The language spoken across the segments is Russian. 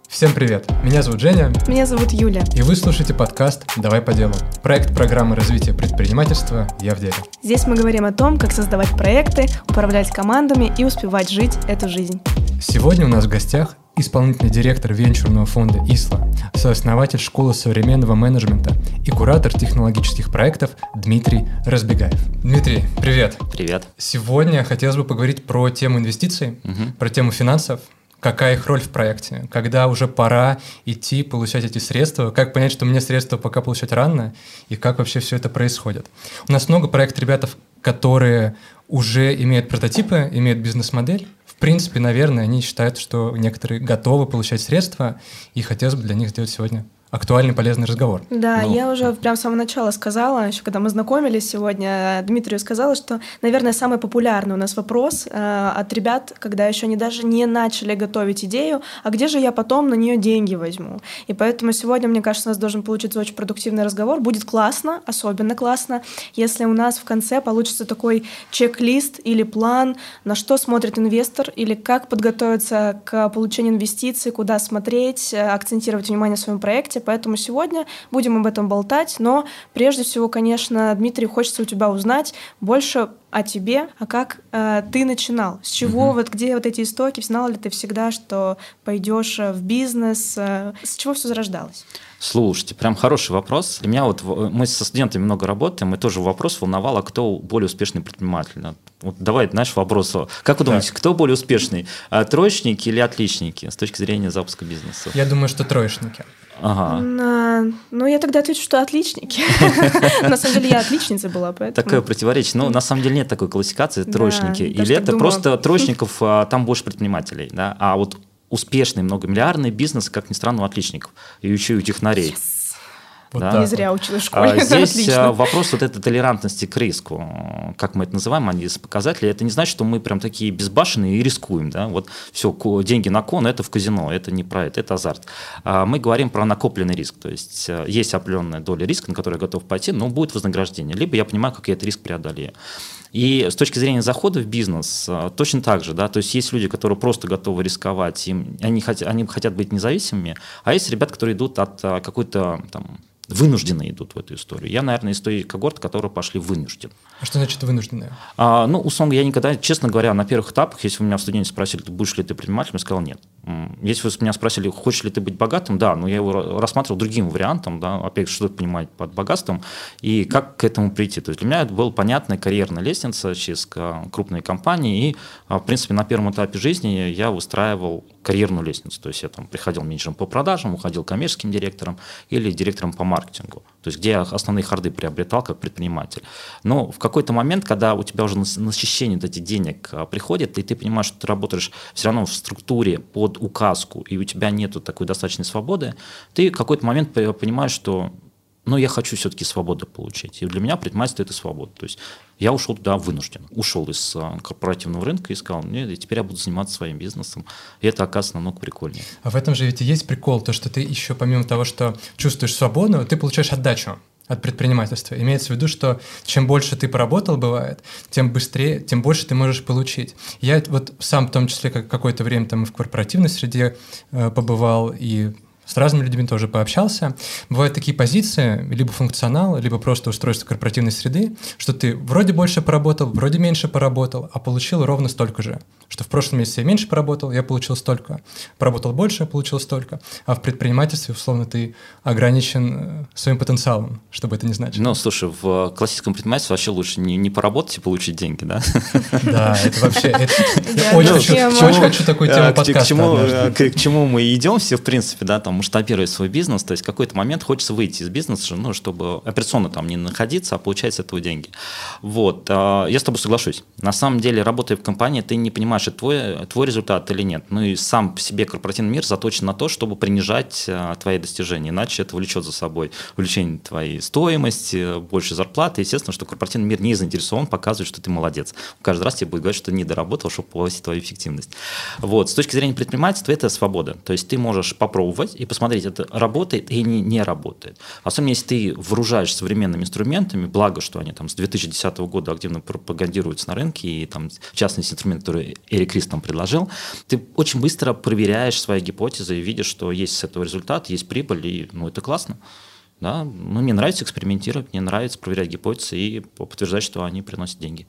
Всем привет! Меня зовут Женя. Меня зовут Юля. И вы слушаете подкаст «Давай по делу». Проект программы развития предпринимательства «Я в деле». Здесь мы говорим о том, как создавать проекты, управлять командами и успевать жить эту жизнь. Сегодня у нас в гостях исполнительный директор венчурного фонда «Исла», сооснователь школы современного менеджмента и куратор технологических проектов Дмитрий Разбегаев. Дмитрий, привет! Привет! Сегодня хотелось бы поговорить про тему инвестиций, про тему финансов. Какая их роль в проекте? Когда уже пора идти получать эти средства? Как понять, что мне средства пока получать рано? И как вообще все это происходит? У нас много проектов ребят, которые уже имеют прототипы, имеют бизнес-модель. В принципе, наверное, они считают, что некоторые готовы получать средства, и хотелось бы для них сделать сегодня актуальный, полезный разговор. Да, я уже прям с самого начала сказала, еще когда мы знакомились сегодня, Дмитрию сказала, что, наверное, самый популярный у нас вопрос от ребят, когда еще они даже не начали готовить идею, а где же я потом на нее деньги возьму? И поэтому сегодня, мне кажется, у нас должен получиться очень продуктивный разговор. Будет классно, особенно классно, если у нас в конце получится такой чек-лист или план, на что смотрит инвестор, или как подготовиться к получению инвестиций, куда смотреть, акцентировать внимание в своем проекте. Поэтому сегодня будем об этом болтать, но прежде всего, конечно, Дмитрий, хочется у тебя узнать больше о тебе, а как ты начинал, с чего, где вот эти истоки, знал ли ты всегда, что пойдешь в бизнес, с чего все зарождалось? Слушайте, прям хороший вопрос. Для меня мы со студентами много работаем, и тоже вопрос волновал, а кто более успешный предприниматель? Вот давай, знаешь, вопрос. Как вы думаете, кто более успешный? Троечники или отличники с точки зрения запуска бизнеса? Я думаю, что троечники. Ага. Ну, я тогда отвечу, что отличники. На самом деле, я отличница была, поэтому... Такое противоречие. Ну, на самом деле нет такой классификации, троечники. Или это просто троечников, там больше предпринимателей, да? А вот успешный многомиллиардный бизнес, как ни странно, у отличников. И еще и у технарей. Вот не зря училась в школе. Здесь вопрос вот этой толерантности к риску, как мы это называем, они показатели, это не значит, что мы прям такие безбашенные и рискуем, да, вот все, деньги на кон, это в казино, это не про это азарт. Мы говорим про накопленный риск, то есть есть определенная доля риска, на которую я готов пойти, но будет вознаграждение, либо я понимаю, как я этот риск преодолею. И с точки зрения захода в бизнес точно так же, да, то есть есть люди, которые просто готовы рисковать, они хотят быть независимыми, а есть ребята, которые идут от какой-то там вынужденно идут в эту историю. Я, наверное, из той когорты, которые пошли вынуждены. А что значит вынужденные? Условно, я никогда, честно говоря, на первых этапах, если вы меня в студенте спросили, будешь ли ты предпринимателем, я сказал нет. Если вы меня спросили, хочешь ли ты быть богатым, да, но я его рассматривал другим вариантом, да, опять, что понимать под богатством и как к этому прийти. То есть для меня это была понятная карьерная лестница через крупные компании, и, в принципе, на первом этапе жизни я выстраивал карьерную лестницу. То есть я там приходил менеджером по продажам, уходил коммерческим директором или директором по маркетингу. То есть где я основные харды приобретал как предприниматель. Но в какой-то момент, когда у тебя уже насыщение этих денег приходит, и ты понимаешь, что ты работаешь все равно в структуре под указку, и у тебя нет такой достаточной свободы, ты в какой-то момент понимаешь, что я хочу все-таки свободу получить. И для меня предпринимательство – это свобода. То есть я ушел туда вынужден. Ушел из корпоративного рынка и сказал, нет, теперь я буду заниматься своим бизнесом. И это, оказывается, намного прикольнее. А в этом же ведь и есть прикол, то, что ты еще помимо того, что чувствуешь свободу, ты получаешь отдачу от предпринимательства. Имеется в виду, что чем больше ты поработал, бывает, тем быстрее, тем больше ты можешь получить. Я вот сам в том числе какое-то время там в корпоративной среде побывал и с разными людьми тоже пообщался. Бывают такие позиции, либо функционал, либо просто устройство корпоративной среды, что ты вроде больше поработал, вроде меньше поработал, а получил ровно столько же. Что в прошлом месяце я меньше поработал, я получил столько. Поработал больше, я получил столько. А в предпринимательстве, условно, ты ограничен своим потенциалом, что бы это ни значило. Слушай, в классическом предпринимательстве вообще лучше не поработать и получить деньги, да? Да, это вообще... Я очень хочу такую тему подкаста. К чему мы идем все, в принципе, да, там, масштабировать свой бизнес, то есть в какой-то момент хочется выйти из бизнеса, чтобы операционно там не находиться, а получать с этого деньги. Вот. Я с тобой соглашусь. На самом деле, работая в компании, ты не понимаешь, это твой результат или нет. И сам по себе корпоративный мир заточен на то, чтобы принижать твои достижения, иначе это влечет за собой увеличение твоей стоимости, больше зарплаты. Естественно, что корпоративный мир не заинтересован показывать, что ты молодец. Каждый раз тебе будет говорить, что ты не доработал, чтобы повысить твою эффективность. Вот. С точки зрения предпринимательства это свобода. То есть ты можешь попробовать и посмотреть, это работает или не работает. Особенно если ты вооружаешь современными инструментами, благо, что они там с 2010 года активно пропагандируются на рынке, и там, в частности, инструмент, который Эрик Ries там предложил, ты очень быстро проверяешь свои гипотезы и видишь, что есть с этого результат, есть прибыль, и это классно. Да? Мне нравится экспериментировать, мне нравится проверять гипотезы и подтверждать, что они приносят деньги.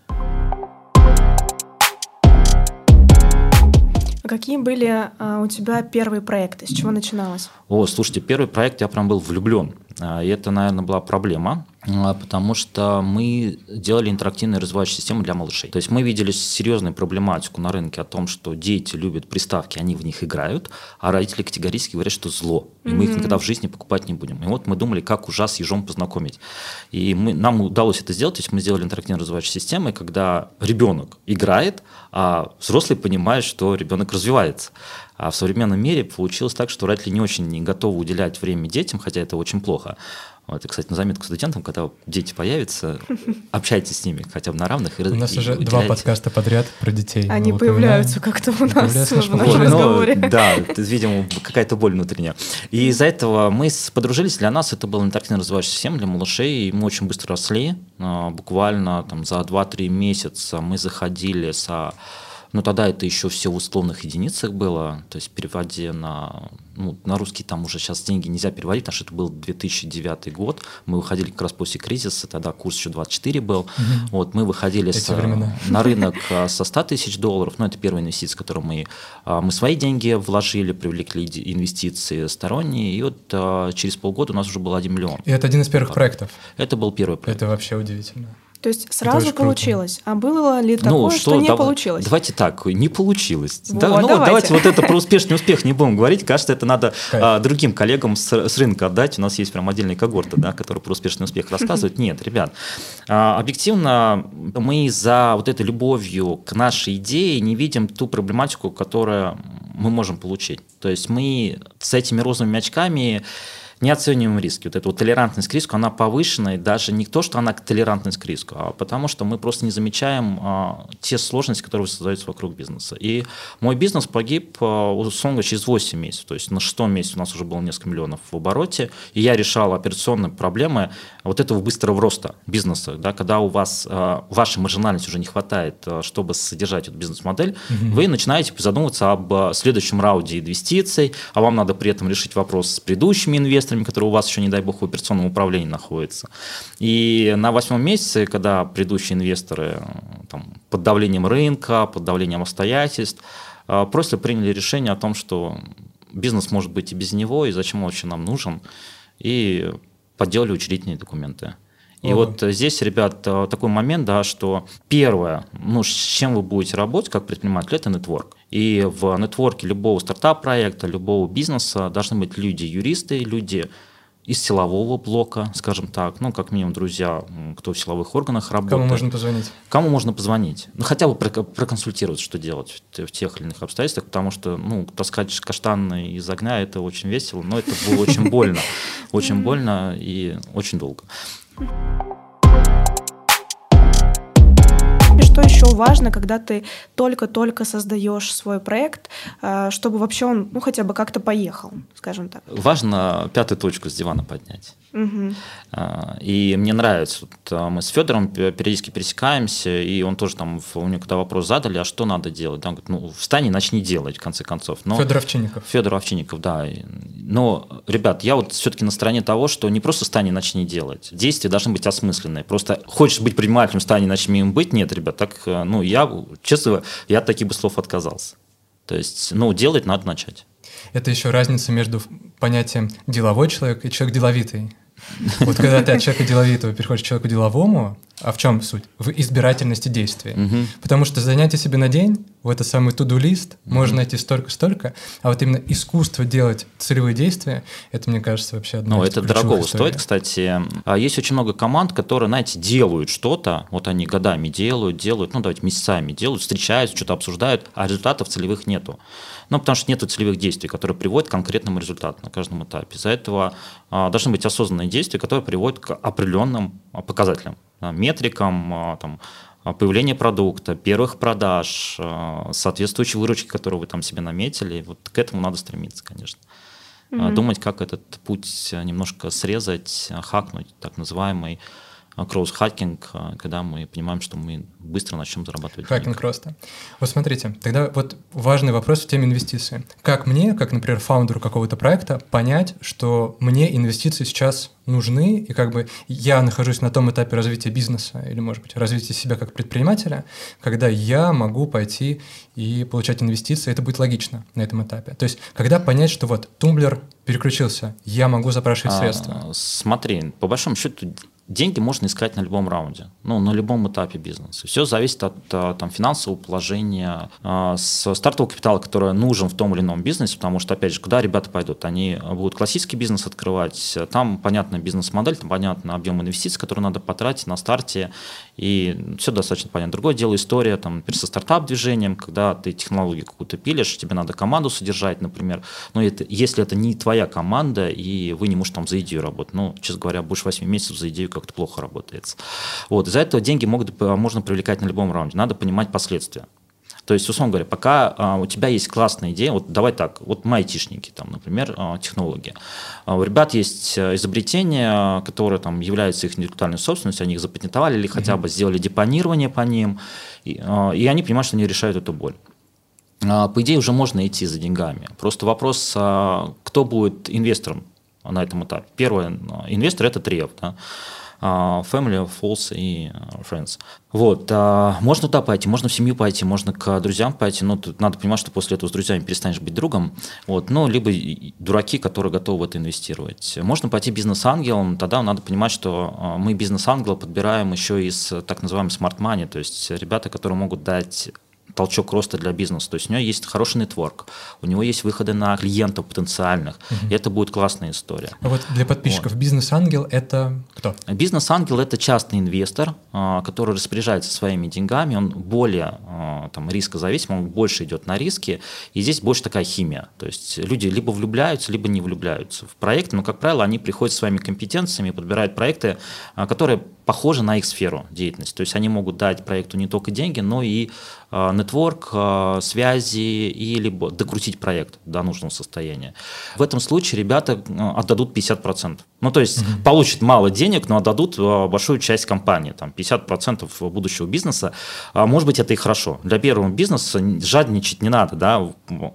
Какие были у тебя первые проекты? С чего начиналось? Слушайте, первый проект я прям был влюблен. И это, наверное, была проблема, потому что мы делали интерактивную развивающую систему для малышей. То есть мы видели серьезную проблематику на рынке о том, что дети любят приставки, они в них играют, а родители категорически говорят, что зло, и мы их никогда в жизни покупать не будем. И вот мы думали, как ужас с ежом познакомить. И нам удалось это сделать, то есть мы сделали интерактивную развивающую систему, когда ребенок играет, а взрослый понимает, что ребенок развивается. А в современном мире получилось так, что родители не очень готовы уделять время детям, хотя это очень плохо. Это, кстати, на заметку студентам, когда дети появятся, общайтесь с ними хотя бы на равных. У нас уже 2 подкаста подряд про детей. Они появляются как-то у нас в нашем разговоре. Да, это, видимо, какая-то боль внутренняя. И из-за этого мы подружились. Для нас это была интерактивная развивающая система для малышей, и мы очень быстро росли. Буквально за 2-3 месяца мы заходили тогда это еще все в условных единицах было, то есть в переводе на русский там уже сейчас деньги нельзя переводить, потому что это был 2009 год, мы выходили как раз после кризиса, тогда курс еще 24 был, мы выходили на рынок со 100 тысяч долларов, это первая инвестиция, в которую мы свои деньги вложили, привлекли инвестиции сторонние, и через полгода у нас уже был 1 миллион. И это один из первых проектов? Это был первый проект. Это вообще удивительно. То есть сразу получилось. А было ли такое, что не получилось? Давайте так, не получилось. Давайте вот это про успешный успех не будем говорить. Кажется, это надо другим коллегам с рынка отдать. У нас есть прям отдельные когорты, которые про успешный успех рассказывают. Нет, ребят, объективно мы за вот этой любовью к нашей идее не видим ту проблематику, которую мы можем получить. То есть мы с этими розовыми очками не оцениваем риски. Вот эта толерантность к риску, она повышена, и даже не то, что она толерантность к риску, а потому что мы просто не замечаем те сложности, которые создаются вокруг бизнеса. И мой бизнес погиб, условно говоря, через 8 месяцев. То есть на 6-м месяце у нас уже было несколько миллионов в обороте, и я решал операционные проблемы вот этого быстрого роста бизнеса. Да, когда у вас вашей маржинальности уже не хватает, чтобы содержать эту бизнес-модель, вы начинаете задумываться об следующем раунде инвестиций, а вам надо при этом решить вопрос с предыдущими инвесторами, которые у вас еще, не дай бог, в операционном управлении находятся. И на 8-м месяце, когда предыдущие инвесторы под давлением рынка, под давлением обстоятельств, просто приняли решение о том, что бизнес может быть и без него, и зачем он вообще нам нужен, и подделали учредительные документы. И вот здесь, ребят, такой момент, да, что первое, с чем вы будете работать как предприниматель, это нетворк. И в нетворке любого стартап-проекта, любого бизнеса должны быть люди-юристы, люди из силового блока, скажем так, как минимум друзья, кто в силовых органах работает. Кому можно позвонить? Кому можно позвонить? Хотя бы проконсультировать, что делать в тех или иных обстоятельствах, потому что, таскать каштаны из огня – это очень весело, но это было очень больно. Очень больно и очень долго. И что еще важно, когда ты только-только создаешь свой проект, чтобы вообще он хотя бы как-то поехал, скажем так? Важно 5-ю точку с дивана поднять. И мне нравится, мы с Федором периодически пересекаемся, и он тоже у него когда вопрос задали, а что надо делать? Он говорит, встань и начни делать, в конце концов. Федор Овчинников, да. Но, ребят, я все-таки на стороне того, что не просто встань и начни делать. Действия должны быть осмысленные. Просто хочешь быть предпринимателем, встань и начни им быть? Нет, ребят, я от таких бы слов отказался. То есть, делать надо начать. Это еще разница между понятием деловой человек и человек деловитый. Вот когда ты от человека деловитого переходишь к человеку деловому, а в чем суть? В избирательности действий. Потому что занятие себе на день, в этот самый to-do-лист, можно найти столько-столько, а вот именно искусство делать целевые действия, это, мне кажется, вообще одно из ключевых историй. Это дорого стоит, кстати. Есть очень много команд, которые, знаете, делают что-то, вот они годами делают, давайте месяцами делают, встречаются, что-то обсуждают, а результатов целевых нету. Потому что нету целевых действий, которые приводят к конкретному результату на каждом этапе. Из-за этого должны быть осознанные действия, которые приводят к определенным показателям, метрикам, появление продукта, первых продаж, соответствующей выручки, которую вы себе наметили. Вот к этому надо стремиться, конечно. думать, как этот путь немножко срезать, хакнуть, так называемый кросс-хакинг, когда мы понимаем, что мы быстро начнем зарабатывать денег. Хакинг роста. Вот смотрите, тогда вот важный вопрос в теме инвестиций. Как мне, как, например, фаундеру какого-то проекта, понять, что мне инвестиции сейчас нужны, и как бы я нахожусь на том этапе развития бизнеса или, может быть, развития себя как предпринимателя, когда я могу пойти и получать инвестиции, это будет логично на этом этапе. То есть, когда понять, что вот тумблер переключился, я могу запрашивать средства. Смотри, по большому счету, деньги можно искать на любом раунде, на любом этапе бизнеса. Все зависит от финансового положения, с стартового капитала, который нужен в том или ином бизнесе, потому что, опять же, куда ребята пойдут? Они будут классический бизнес открывать, там понятна бизнес-модель, там понятно объем инвестиций, которые надо потратить на старте, и все достаточно понятно. Другое дело история, например, со стартап-движением, когда ты технологию какую-то пилишь, тебе надо команду содержать, например, но если это не твоя команда, и вы не можете там за идею работать, честно говоря, больше 8 месяцев за идею как-то плохо работает. Из-за этого деньги можно привлекать на любом раунде. Надо понимать последствия. То есть, условно говоря, пока у тебя есть классная идея, давай так, мы айтишники, например, технологи. У ребят есть изобретения, которые являются их интеллектуальной собственностью, они их запатентовали или хотя бы сделали депонирование по ним, и они понимают, что они решают эту боль. По идее, уже можно идти за деньгами. Просто вопрос, кто будет инвестором на этом этапе. Первый инвестор – это трио, да? Family, Falls и Friends. Можно туда пойти, можно в семью пойти, можно к друзьям пойти, но тут надо понимать, что после этого с друзьями перестанешь быть другом, либо дураки, которые готовы в это инвестировать. Можно пойти бизнес-ангелом, тогда надо понимать, что мы бизнес-ангела подбираем еще из так называемой smart money, то есть ребята, которые могут дать толчок роста для бизнеса. То есть у него есть хороший нетворк, у него есть выходы на клиентов потенциальных, и это будет классная история. А для подписчиков бизнес-ангел – это кто? Бизнес-ангел – это частный инвестор, который распоряжается своими деньгами, он более рискозависим, он больше идет на риски, и здесь больше такая химия. То есть люди либо влюбляются, либо не влюбляются в проекты, но, как правило, они приходят со своими компетенциями, подбирают проекты, которые похожи на их сферу деятельности. То есть они могут дать проекту не только деньги, но и нетворк, связи и либо докрутить проект до нужного состояния. В этом случае ребята отдадут 50%. То есть получат мало денег, но отдадут большую часть компании, 50% будущего бизнеса. Может быть, это и хорошо. Для первого бизнеса жадничать не надо, да.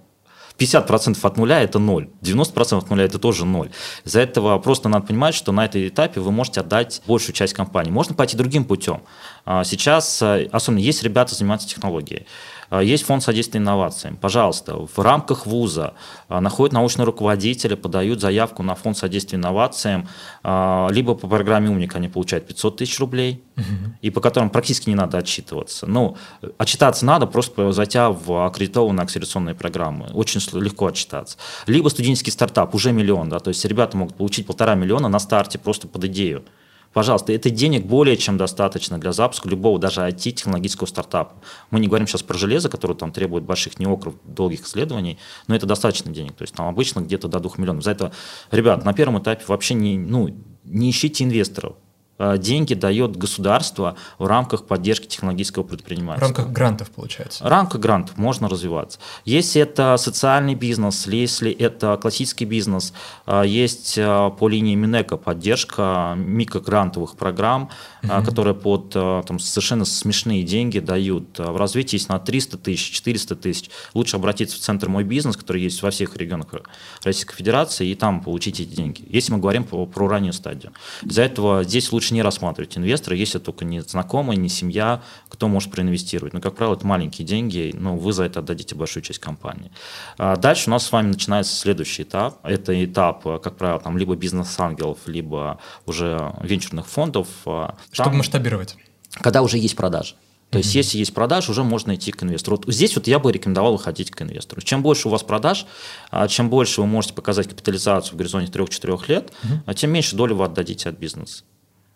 50% от нуля – это 0, 90% от нуля – это тоже 0. Из-за этого просто надо понимать, что на этом этапе вы можете отдать большую часть компании. Можно пойти другим путем. Сейчас, особенно, есть ребята, занимаются технологией. Есть фонд содействия инновациям. Пожалуйста, в рамках вуза находят научные руководители, подают заявку на фонд содействия инновациям, либо по программе «Умник» они получают 500 тысяч рублей, и по которым практически не надо отчитываться. Отчитаться надо, просто зайдя в аккредитованные акселерационные программы. Очень легко отчитаться. Либо студенческий стартап, уже 1 миллион. Да, то есть ребята могут получить 1,5 миллиона на старте просто под идею. Пожалуйста, это денег более чем достаточно для запуска любого, даже IT-технологического стартапа. Мы не говорим сейчас про железо, которое требует больших неокров, долгих исследований, но это достаточно денег. То есть обычно где-то до 2 миллионов. За это, ребят, на первом этапе вообще не ищите инвесторов. Деньги дает государство в рамках поддержки технологического предпринимательства. В рамках грантов, получается. В рамках грантов можно развиваться. Если это социальный бизнес, если это классический бизнес, есть по линии Минэко поддержка микрогрантовых программ, которые под совершенно смешные деньги дают в развитии. Если на 300 тысяч, 400 тысяч, лучше обратиться в центр «Мой бизнес», который есть во всех регионах Российской Федерации, и там получить эти деньги. Если мы говорим про раннюю стадию. Из-за этого здесь лучше не рассматривать инвестора, если только не знакомый, не семья, кто может проинвестировать. Но, как правило, это маленькие деньги, но вы за это отдадите большую часть компании. Дальше у нас с вами начинается следующий этап. Это этап, как правило, либо бизнес-ангелов, либо уже венчурных фондов. Чтобы масштабировать. Когда уже есть продажи. То есть, если есть продажи, уже можно идти к инвестору. Здесь я бы рекомендовал ходить к инвестору. Чем больше у вас продаж, чем больше вы можете показать капитализацию в горизонте 3-4 лет, тем меньше доли вы отдадите от бизнеса.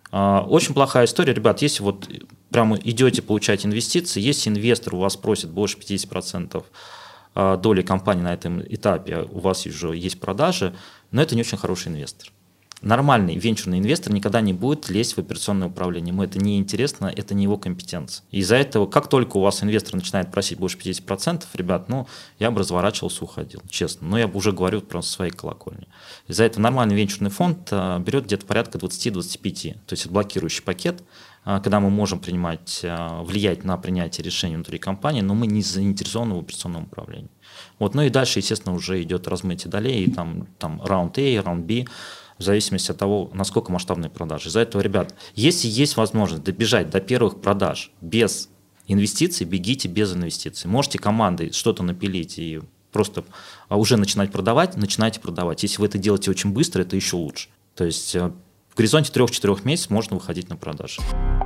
Очень плохая история, ребят, если прямо идете получать инвестиции, если инвестор у вас просит больше 50% доли компании на этом этапе, у вас уже есть продажи, но это не очень хороший инвестор. Нормальный венчурный инвестор никогда не будет лезть в операционное управление. Ему это не интересно, это не его компетенция. Из-за этого, как только у вас инвестор начинает просить больше 50%, ребят, я бы разворачивался, уходил, честно. Но я бы уже говорю про своей колокольни. Из-за этого нормальный венчурный фонд берет где-то порядка 20-25%. То есть это блокирующий пакет, когда мы можем влиять на принятие решений внутри компании, но мы не заинтересованы в операционном управлении. Ну и дальше, естественно, уже идет размытие долей, и там раунд A, раунд B, в зависимости от того, насколько масштабные продажи. Из-за этого, ребят, если есть возможность добежать до первых продаж без инвестиций, бегите без инвестиций. Можете командой что-то напилить и просто уже начинать продавать, начинайте продавать. Если вы это делаете очень быстро, это еще лучше. То есть в горизонте 3-4 месяцев можно выходить на продажи.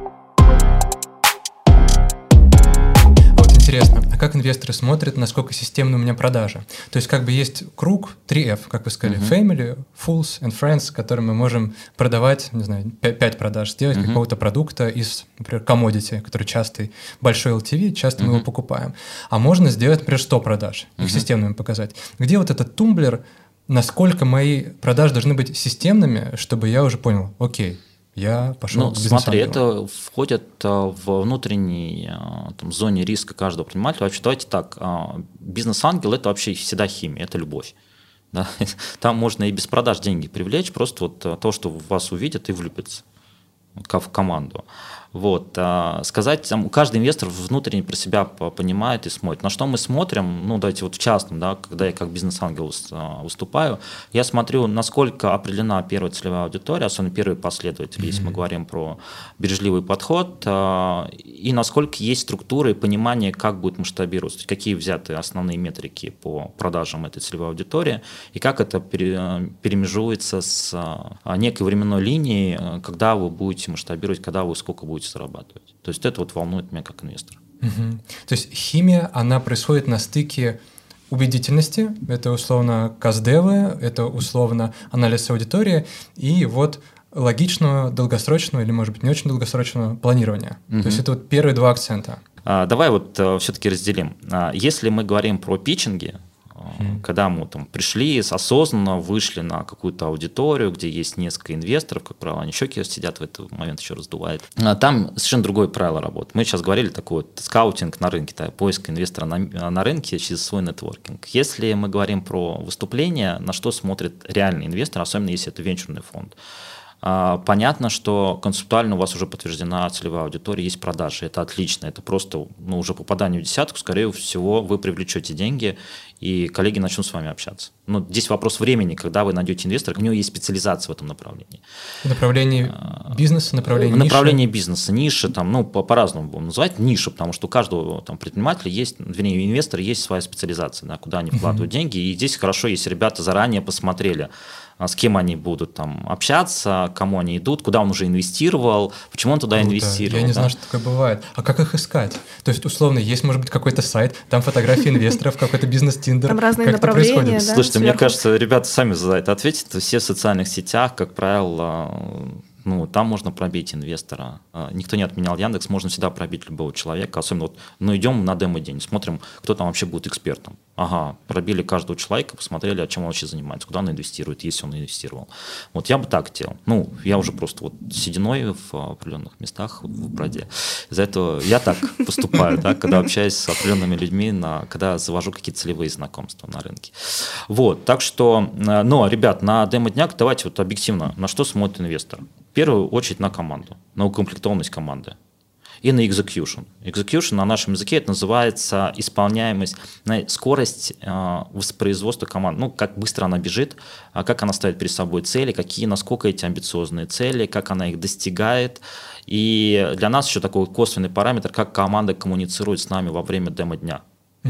Интересно, а как инвесторы смотрят, насколько системны у меня продажи? То есть как бы есть круг 3F, как вы сказали, Family, Fools and Friends, которым мы можем продавать, не знаю, 5 продаж, сделать какого-то продукта из, например, commodity, который частый, большой LTV, часто мы его покупаем. А можно сделать, например, 100 продаж, их системными показать. Где вот этот тумблер, насколько мои продажи должны быть системными, чтобы я уже понял, окей, я пошел к бизнес-ангелу. Смотри, это входит в внутренней зоне риска каждого предпринимателя. Вообще, давайте так, бизнес-ангел – это вообще всегда химия, это любовь. Да? Там можно и без продаж деньги привлечь, просто то, что вас увидят и влюбятся в команду. Сказать, каждый инвестор внутренне про себя понимает и смотрит. На что мы смотрим, давайте в частном, да, когда я как бизнес-ангел выступаю, я смотрю, насколько определена первая целевая аудитория, особенно первые последователи, если мы говорим про бережливый подход, и насколько есть структура и понимание, как будет масштабироваться, какие взяты основные метрики по продажам этой целевой аудитории, и как это перемежуется с некой временной линией, когда вы будете масштабировать, когда вы сколько будете зарабатывать. То есть это волнует меня как инвестора. То есть химия, она происходит на стыке убедительности, это условно каздевы, это условно анализ аудитории и логичного, долгосрочного или, может быть, не очень долгосрочного планирования. То есть это первые 2 акцента. Давай все-таки разделим. Если мы говорим про питчинги, когда мы пришли, осознанно вышли на какую-то аудиторию, где есть несколько инвесторов, как правило, они щеки сидят в этот момент, еще раздувают. Там совершенно другое правило работы. Мы сейчас говорили такой скаутинг на рынке, поиск инвестора на рынке через свой нетворкинг. Если мы говорим про выступление, на что смотрит реальный инвестор, особенно если это венчурный фонд, понятно, что концептуально у вас уже подтверждена целевая аудитория, есть продажи, это отлично, это просто уже попадание в десятку, скорее всего, вы привлечете деньги, и коллеги начнут с вами общаться. Здесь вопрос времени, когда вы найдете инвестора, у него есть специализация в этом направлении. Направление бизнеса, направление ниши? Направление бизнеса, ниши, по-разному будем называть, ниша, потому что у каждого предпринимателя есть, вернее, инвестора есть своя специализация, да, куда они вкладывают деньги, и здесь хорошо, если ребята заранее посмотрели, с кем они будут общаться, к кому они идут, куда он уже инвестировал, почему он туда инвестировал. Я не знаю, что такое бывает. А как их искать? То есть, условно, есть, может быть, какой-то сайт, там фотографии инвесторов, какой-то бизнес-тиндер. Там разные направления, да? Слушайте, мне кажется, ребята сами за это ответят. Все в социальных сетях, как правило, там можно пробить инвестора. Никто не отменял Яндекс, можно всегда пробить любого человека. Особенно идем на демо-день, смотрим, кто там вообще будет экспертом. Ага, пробили каждого человека, посмотрели, о чем он вообще занимается, куда он инвестирует, если он инвестировал. Я бы так делал. Я уже просто сединой в определенных местах в бороде. Из-за этого я так поступаю, когда общаюсь с определенными людьми, когда завожу какие-то целевые знакомства на рынке. Так что, ребят, на демо-днях давайте объективно, на что смотрит инвестор. В первую очередь на команду, на укомплектованность команды и на execution. Execution на нашем языке это называется исполняемость, скорость воспроизводства команды. Как быстро она бежит, как она ставит перед собой цели, насколько эти амбициозные цели, как она их достигает. И для нас еще такой косвенный параметр, как команда коммуницирует с нами во время демо-дня.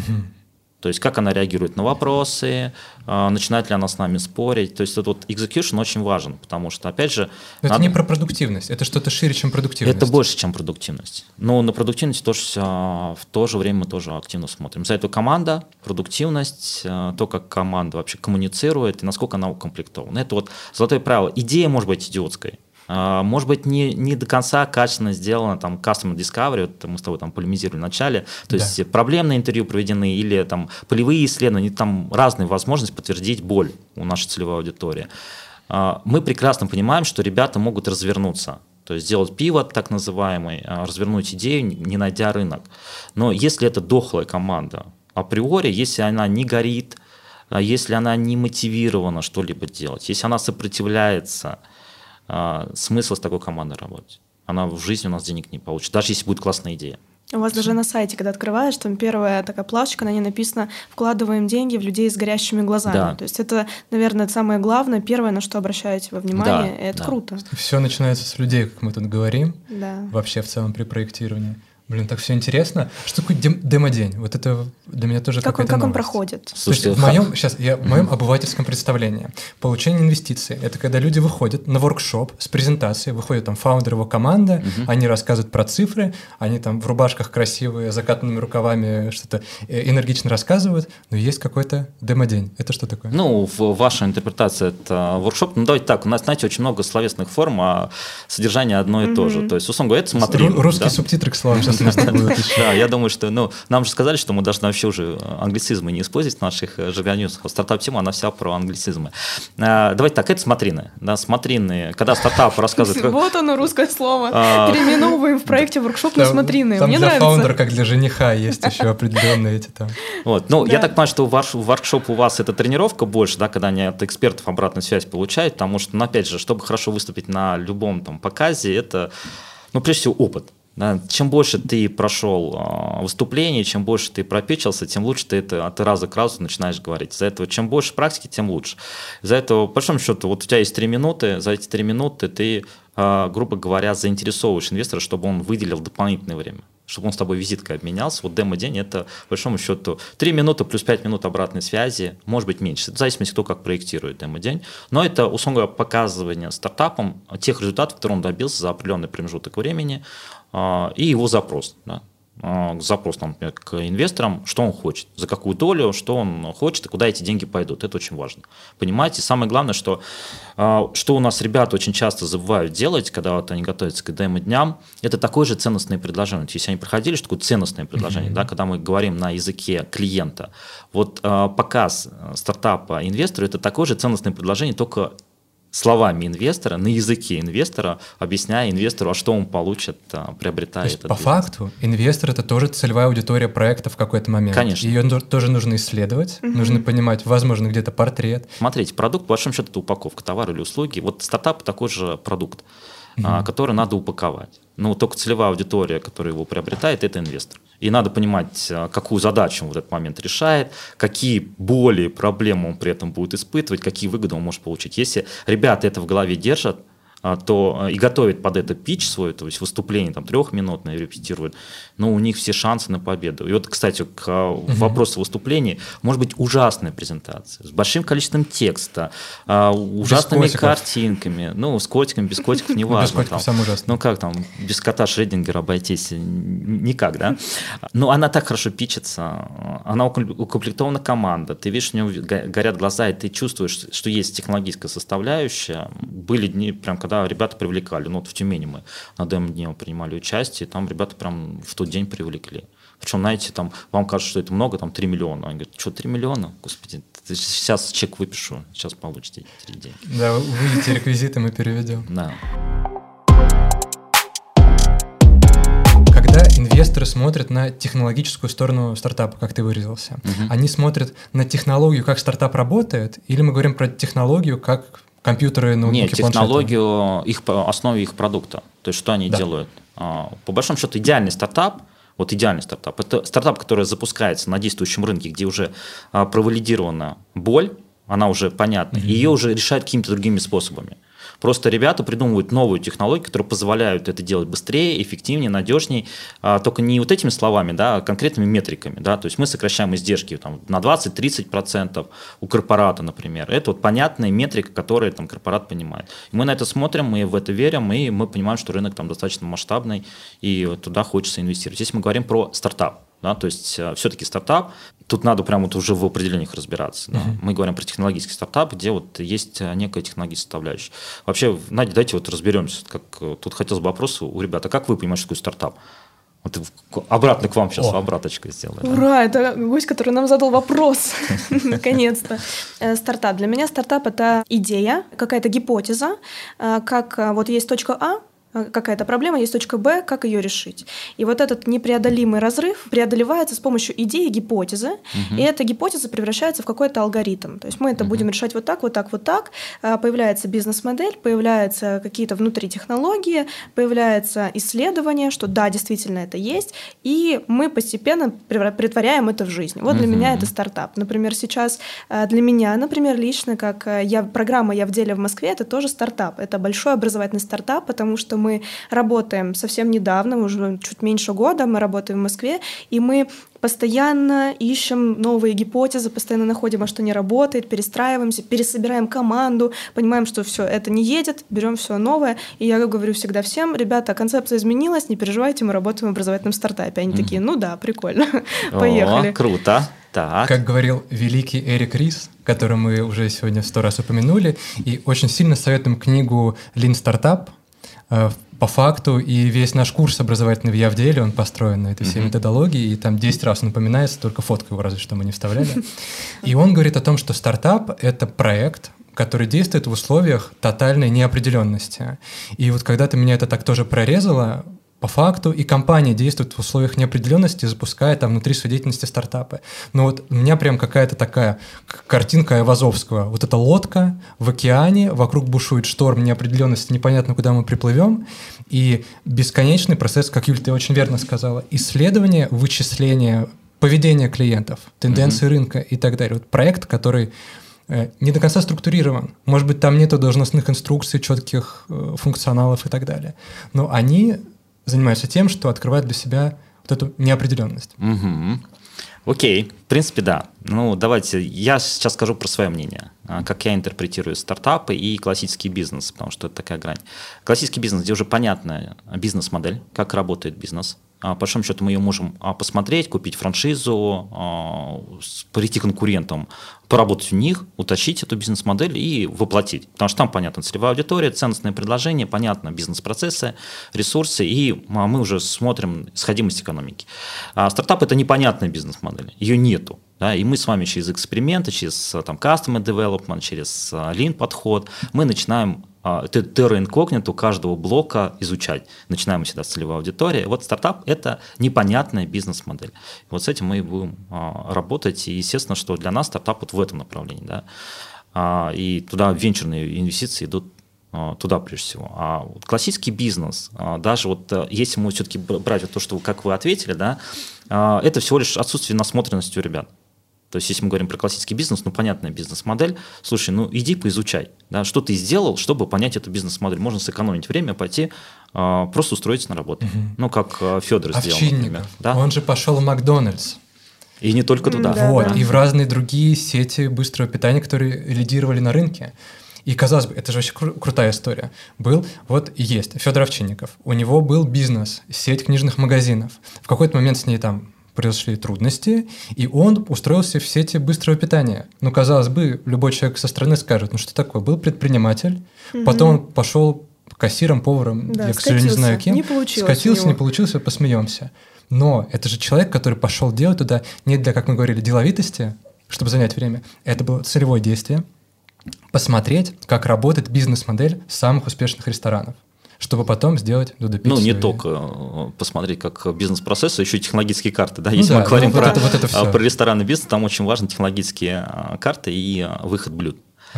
То есть, как она реагирует на вопросы, начинает ли она с нами спорить. То есть, этот execution очень важен, потому что, опять же… Это не про продуктивность, это что-то шире, чем продуктивность. Это больше, чем продуктивность. Но на продуктивность тоже, в то же время мы тоже активно смотрим. За эту команда, продуктивность, то, как команда вообще коммуницирует и насколько она укомплектована. Это золотое правило. Идея может быть идиотской. Может быть, не до конца качественно сделано, customer discovery, мы с тобой полемизировали в начале, то есть проблемные интервью проведены или полевые исследования, там разные возможности подтвердить боль у нашей целевой аудитории. Мы прекрасно понимаем, что ребята могут развернуться. То есть сделать пивот, так называемый, развернуть идею, не найдя рынок. Но если это дохлая команда, априори, если она не горит, если она не мотивирована что-либо делать, если она сопротивляется, смысл с такой командой работать? Она в жизни у нас денег не получит, даже если будет классная идея. У вас даже на сайте, когда открываешь, там первая такая плашечка, на ней написано «Вкладываем деньги в людей с горящими глазами». Да. То есть это, наверное, самое главное, первое, на что обращаете во внимание, и это круто. Все начинается с людей, как мы тут говорим, Да. вообще в целом при проектировании. Блин, так все интересно. Что такое демо-день? Вот это для меня тоже какая-то Как он новость. проходит? Слушайте, То есть в моем обывательском представлении получение инвестиций — это когда люди выходят на воркшоп с презентацией, выходит там фаундер, его команда, они рассказывают про цифры, они там в рубашках красивые, закатанными рукавами что-то энергично рассказывают, но есть какой-то демо-день. Это что такое? Ну, ваша интерпретация — это воркшоп. Ну, давайте так, у нас, знаете, очень много словесных форм, а содержание одно и то же. То есть, условно говоря, это смотри. Русские субтитры, к слову, сейчас Да, я думаю, что, нам же сказали, что мы должны вообще уже англицизмы не использовать в наших жаргонюсах. Стартап-тема, она вся про англицизмы. Давайте так, это смотрины. Да, смотрины, когда стартап рассказывает... Вот оно, русское слово. Переименовываем в проекте воркшоп на смотрины. Там Мне для нравится. фаундера, как для жениха, есть еще определенные эти там... Вот. Ну, я так понимаю, что ваш воркшоп у вас это тренировка больше, да, когда они от экспертов обратную связь получают, потому что, опять же, чтобы хорошо выступить на любом там показе, это, прежде всего, опыт. Да, чем больше ты прошел выступлений, чем больше ты пропичился, тем лучше ты это от раза к разу начинаешь говорить. За этого чем больше практики, тем лучше. За этого, по большому счету, вот у тебя есть 3 минуты, за эти 3 минуты ты, грубо говоря, заинтересовываешь инвестора, чтобы он выделил дополнительное время, чтобы он с тобой визиткой обменялся. Вот демо-день – это, по большому счету, 3 минуты плюс 5 минут обратной связи, может быть, меньше. В зависимости, кто как проектирует демо-день. Но это, условно говоря, показывание стартапам тех результатов, которые он добился за определенный промежуток времени, и его запрос. Да. Запрос, например, к инвесторам, что он хочет, за какую долю, что он хочет и куда эти деньги пойдут. Это очень важно. Понимаете, самое главное, что у нас ребята очень часто забывают делать, когда вот они готовятся к демо-дням, это такое же ценностное предложение. Если они проходили, что такое ценностное предложение, да, когда мы говорим на языке клиента, вот показ стартапа инвестору – это такое же ценностное предложение, только словами инвестора, на языке инвестора, объясняя инвестору, а что он получит, приобретая этот по факту инвестор — это тоже целевая аудитория проекта в какой-то момент. Конечно. Ее тоже нужно исследовать, нужно понимать, возможно, где-то портрет. Смотрите, продукт, по большому счету, это упаковка, товар или услуги. Вот стартап такой же продукт, который надо упаковать. Но только целевая аудитория, которая его приобретает, это инвестор. И надо понимать, какую задачу он в этот момент решает, какие боли, проблемы он при этом будет испытывать, какие выгоды он может получить. Если ребята это в голове держат, то и готовят под это питч свой, то есть выступление там 3-минутное репетируют, но у них все шансы на победу. И вот, кстати, к вопросу выступления, может быть ужасная презентация, с большим количеством текста, ужасными картинками, с котиками, без котиков, неважно. Без котиков самое ужасное. Как там, без кота Шрёдингера обойтись никак, да? Но она так хорошо питчится, она укомплектована команда, ты видишь, у него горят глаза, и ты чувствуешь, что есть технологическая составляющая. Были дни, прям когда ребята привлекали. Вот в Тюмени мы на демо-дне принимали участие, и там ребята прям в тот день привлекли. Причем, знаете, там вам кажется, что это много, там 3 миллиона. Они говорят, что 3 миллиона? Господи, сейчас чек выпишу, сейчас получите 3 деньги. Да, выведите реквизиты, мы переведем. Да. Когда инвесторы смотрят на технологическую сторону стартапа, как ты выразился, они смотрят на технологию, как стартап работает, или мы говорим про технологию, как компьютеры, ноутбуки, Нет, технологию, основе их продукта. То есть, что они делают. По большому счету, идеальный стартап, это стартап, который запускается на действующем рынке, где уже провалидирована боль, она уже понятна, и ее уже решают какими-то другими способами. Просто ребята придумывают новую технологию, которая позволяет это делать быстрее, эффективнее, надежнее, только не вот этими словами, да, а конкретными метриками. Да, то есть мы сокращаем издержки там, на 20-30% у корпората, например. Это вот понятная метрика, которую там, корпорат понимает. И мы на это смотрим, мы в это верим, и мы понимаем, что рынок там достаточно масштабный, и туда хочется инвестировать. Здесь мы говорим про стартап. Да, то есть все-таки стартап, тут надо прямо вот уже в определениях разбираться. Да. Мы говорим про технологический стартап, где вот есть некая технологическая составляющая. Вообще, Надя, давайте вот разберемся. Тут хотелось бы вопрос у ребят, а как вы понимаете, что такое стартап? Вот обратно к вам сейчас обраточку сделаю. Ура, это гость, который нам задал вопрос. Наконец-то. Стартап. Для меня стартап — это идея, какая-то гипотеза, как вот есть точка А, какая-то проблема, есть точка Б, как ее решить. И вот этот непреодолимый разрыв преодолевается с помощью идеи, гипотезы, и эта гипотеза превращается в какой-то алгоритм. То есть мы это будем решать вот так, вот так, вот так. Появляется бизнес-модель, появляются какие-то внутри технологии, появляется исследование, что да, действительно это есть, и мы постепенно претворяем это в жизнь. Вот для меня это стартап. Например, сейчас для меня, например, лично, как программа «Я в деле» в Москве, это тоже стартап. Это большой образовательный стартап, потому что мы работаем совсем недавно, уже чуть меньше года, мы работаем в Москве, и мы постоянно ищем новые гипотезы, постоянно находим, а что не работает, перестраиваемся, пересобираем команду, понимаем, что все это не едет, берем все новое. И я говорю всегда всем: ребята, концепция изменилась, не переживайте, мы работаем в образовательном стартапе. Они такие: ну да, прикольно, поехали. О, круто. Так. Как говорил великий Эрик Рис, который мы уже сегодня 100 раз упомянули, и очень сильно советуем книгу «Lean Startup». По факту, и весь наш курс образовательный в «Я в деле», он построен на этой всей методологии, и там 10 раз он упоминается, только фотку его разве что мы не вставляли. И он говорит о том, что стартап — это проект, который действует в условиях тотальной неопределенности. И вот когда-то меня это так тоже прорезало, по факту и компания действует в условиях неопределенности, запуская там внутри своей деятельности стартапы. Но вот у меня прям какая-то такая картинка Айвазовского. Вот эта лодка в океане, вокруг бушует шторм неопределенности, непонятно, куда мы приплывем. И бесконечный процесс, как Юль, ты очень верно сказала, исследование, вычисление поведения клиентов, тенденции рынка и так далее. Вот проект, который не до конца структурирован. Может быть, там нету должностных инструкций, четких функционалов и так далее. Но они занимаются тем, что открывают для себя вот эту неопределенность. Окей, в принципе, да. Ну, давайте, я сейчас скажу про свое мнение, как я интерпретирую стартапы и классический бизнес, потому что это такая грань. Классический бизнес, где уже понятная бизнес-модель, как работает бизнес. По большому счету мы ее можем посмотреть, купить франшизу, прийти к конкурентам, поработать у них, утащить эту бизнес-модель и воплотить. Потому что там понятна целевая аудитория, ценностное предложение, понятно бизнес-процессы, ресурсы, и мы уже смотрим сходимость экономики. Стартап – это непонятная бизнес-модель, ее нету. Да, и мы с вами через эксперименты, через там, customer development, через lean-подход, мы начинаем терра инкогнито каждого блока изучать. Начинаем всегда с целевой аудитории. Вот стартап – это непонятная бизнес-модель. Вот с этим мы и будем работать. И естественно, что для нас стартап вот в этом направлении. Да? И туда венчурные инвестиции идут туда прежде всего. А вот классический бизнес, даже вот если мы все-таки брать вот то, что как вы ответили, да, это всего лишь отсутствие насмотренности у ребят. То есть, если мы говорим про классический бизнес, ну, понятная бизнес-модель, слушай, ну, иди поизучай, да, что ты сделал, чтобы понять эту бизнес-модель. Можно сэкономить время, пойти, просто устроиться на работу. Ну, как Федор сделал, например. Да? Он же пошел в Макдональдс. И не только туда. Вот, да. И в разные другие сети быстрого питания, которые лидировали на рынке. И, казалось бы, это же очень крутая история. Был, вот и есть, Федор Овчинников. У него был бизнес, сеть книжных магазинов. В какой-то момент с ней там произошли трудности, и он устроился в сети быстрого питания. Ну, казалось бы, любой человек со стороны скажет: ну что такое, был предприниматель, потом он пошел кассиром, поваром, да, я, к сожалению, не знаю кем. Не получилось. Скатился, не получился, посмеемся. Но это же человек, который пошел делать туда не для, как мы говорили, деловитости, чтобы занять время. Это было целевое действие. Посмотреть, как работает бизнес-модель самых успешных ресторанов, чтобы потом сделать Додо Пиццу. Ну, не только посмотреть, как бизнес-процессы, еще и технологические карты. Да? Если мы говорим про ресторанный бизнес, там очень важны технологические карты и выход блюд.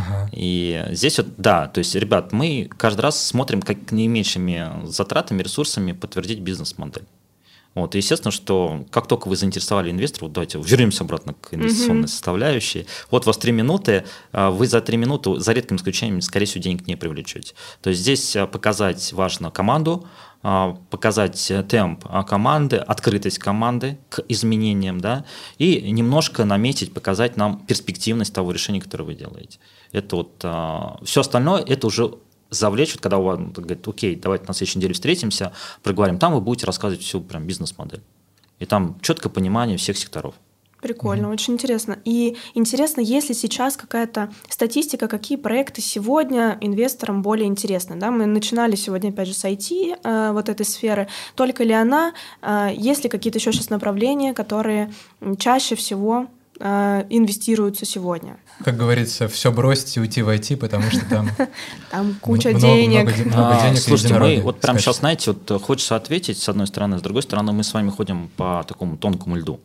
И здесь вот, да, то есть, ребят, мы каждый раз смотрим, как наименьшими затратами, ресурсами подтвердить бизнес-модель. Вот, и естественно, что как только вы заинтересовали инвестора, вот давайте вернемся обратно к инвестиционной составляющей. Вот у вас 3 минуты, вы за 3 минуты, за редким исключением, скорее всего, денег не привлечете. То есть здесь показать важно команду, показать темп команды, открытость команды к изменениям, да, и немножко наметить, показать нам перспективность того решения, которое вы делаете. Это вот все остальное, это уже завлечь, вот когда у вас говорит: окей, давайте на следующей неделе встретимся, проговорим, там вы будете рассказывать всю прям бизнес-модель. И там четкое понимание всех секторов. Прикольно, очень интересно. И интересно, есть ли сейчас какая-то статистика, какие проекты сегодня инвесторам более интересны? Да? Мы начинали сегодня, опять же, с IT, вот этой сферы. Только ли она? Есть ли какие-то еще сейчас направления, которые чаще всего инвестируются сегодня? Как говорится, все бросить и уйти в IT, потому что там... Там куча денег. Много денег. Слушайте, мы вот прямо сейчас, знаете, вот хочется ответить с одной стороны, с другой стороны, мы с вами ходим по такому тонкому льду.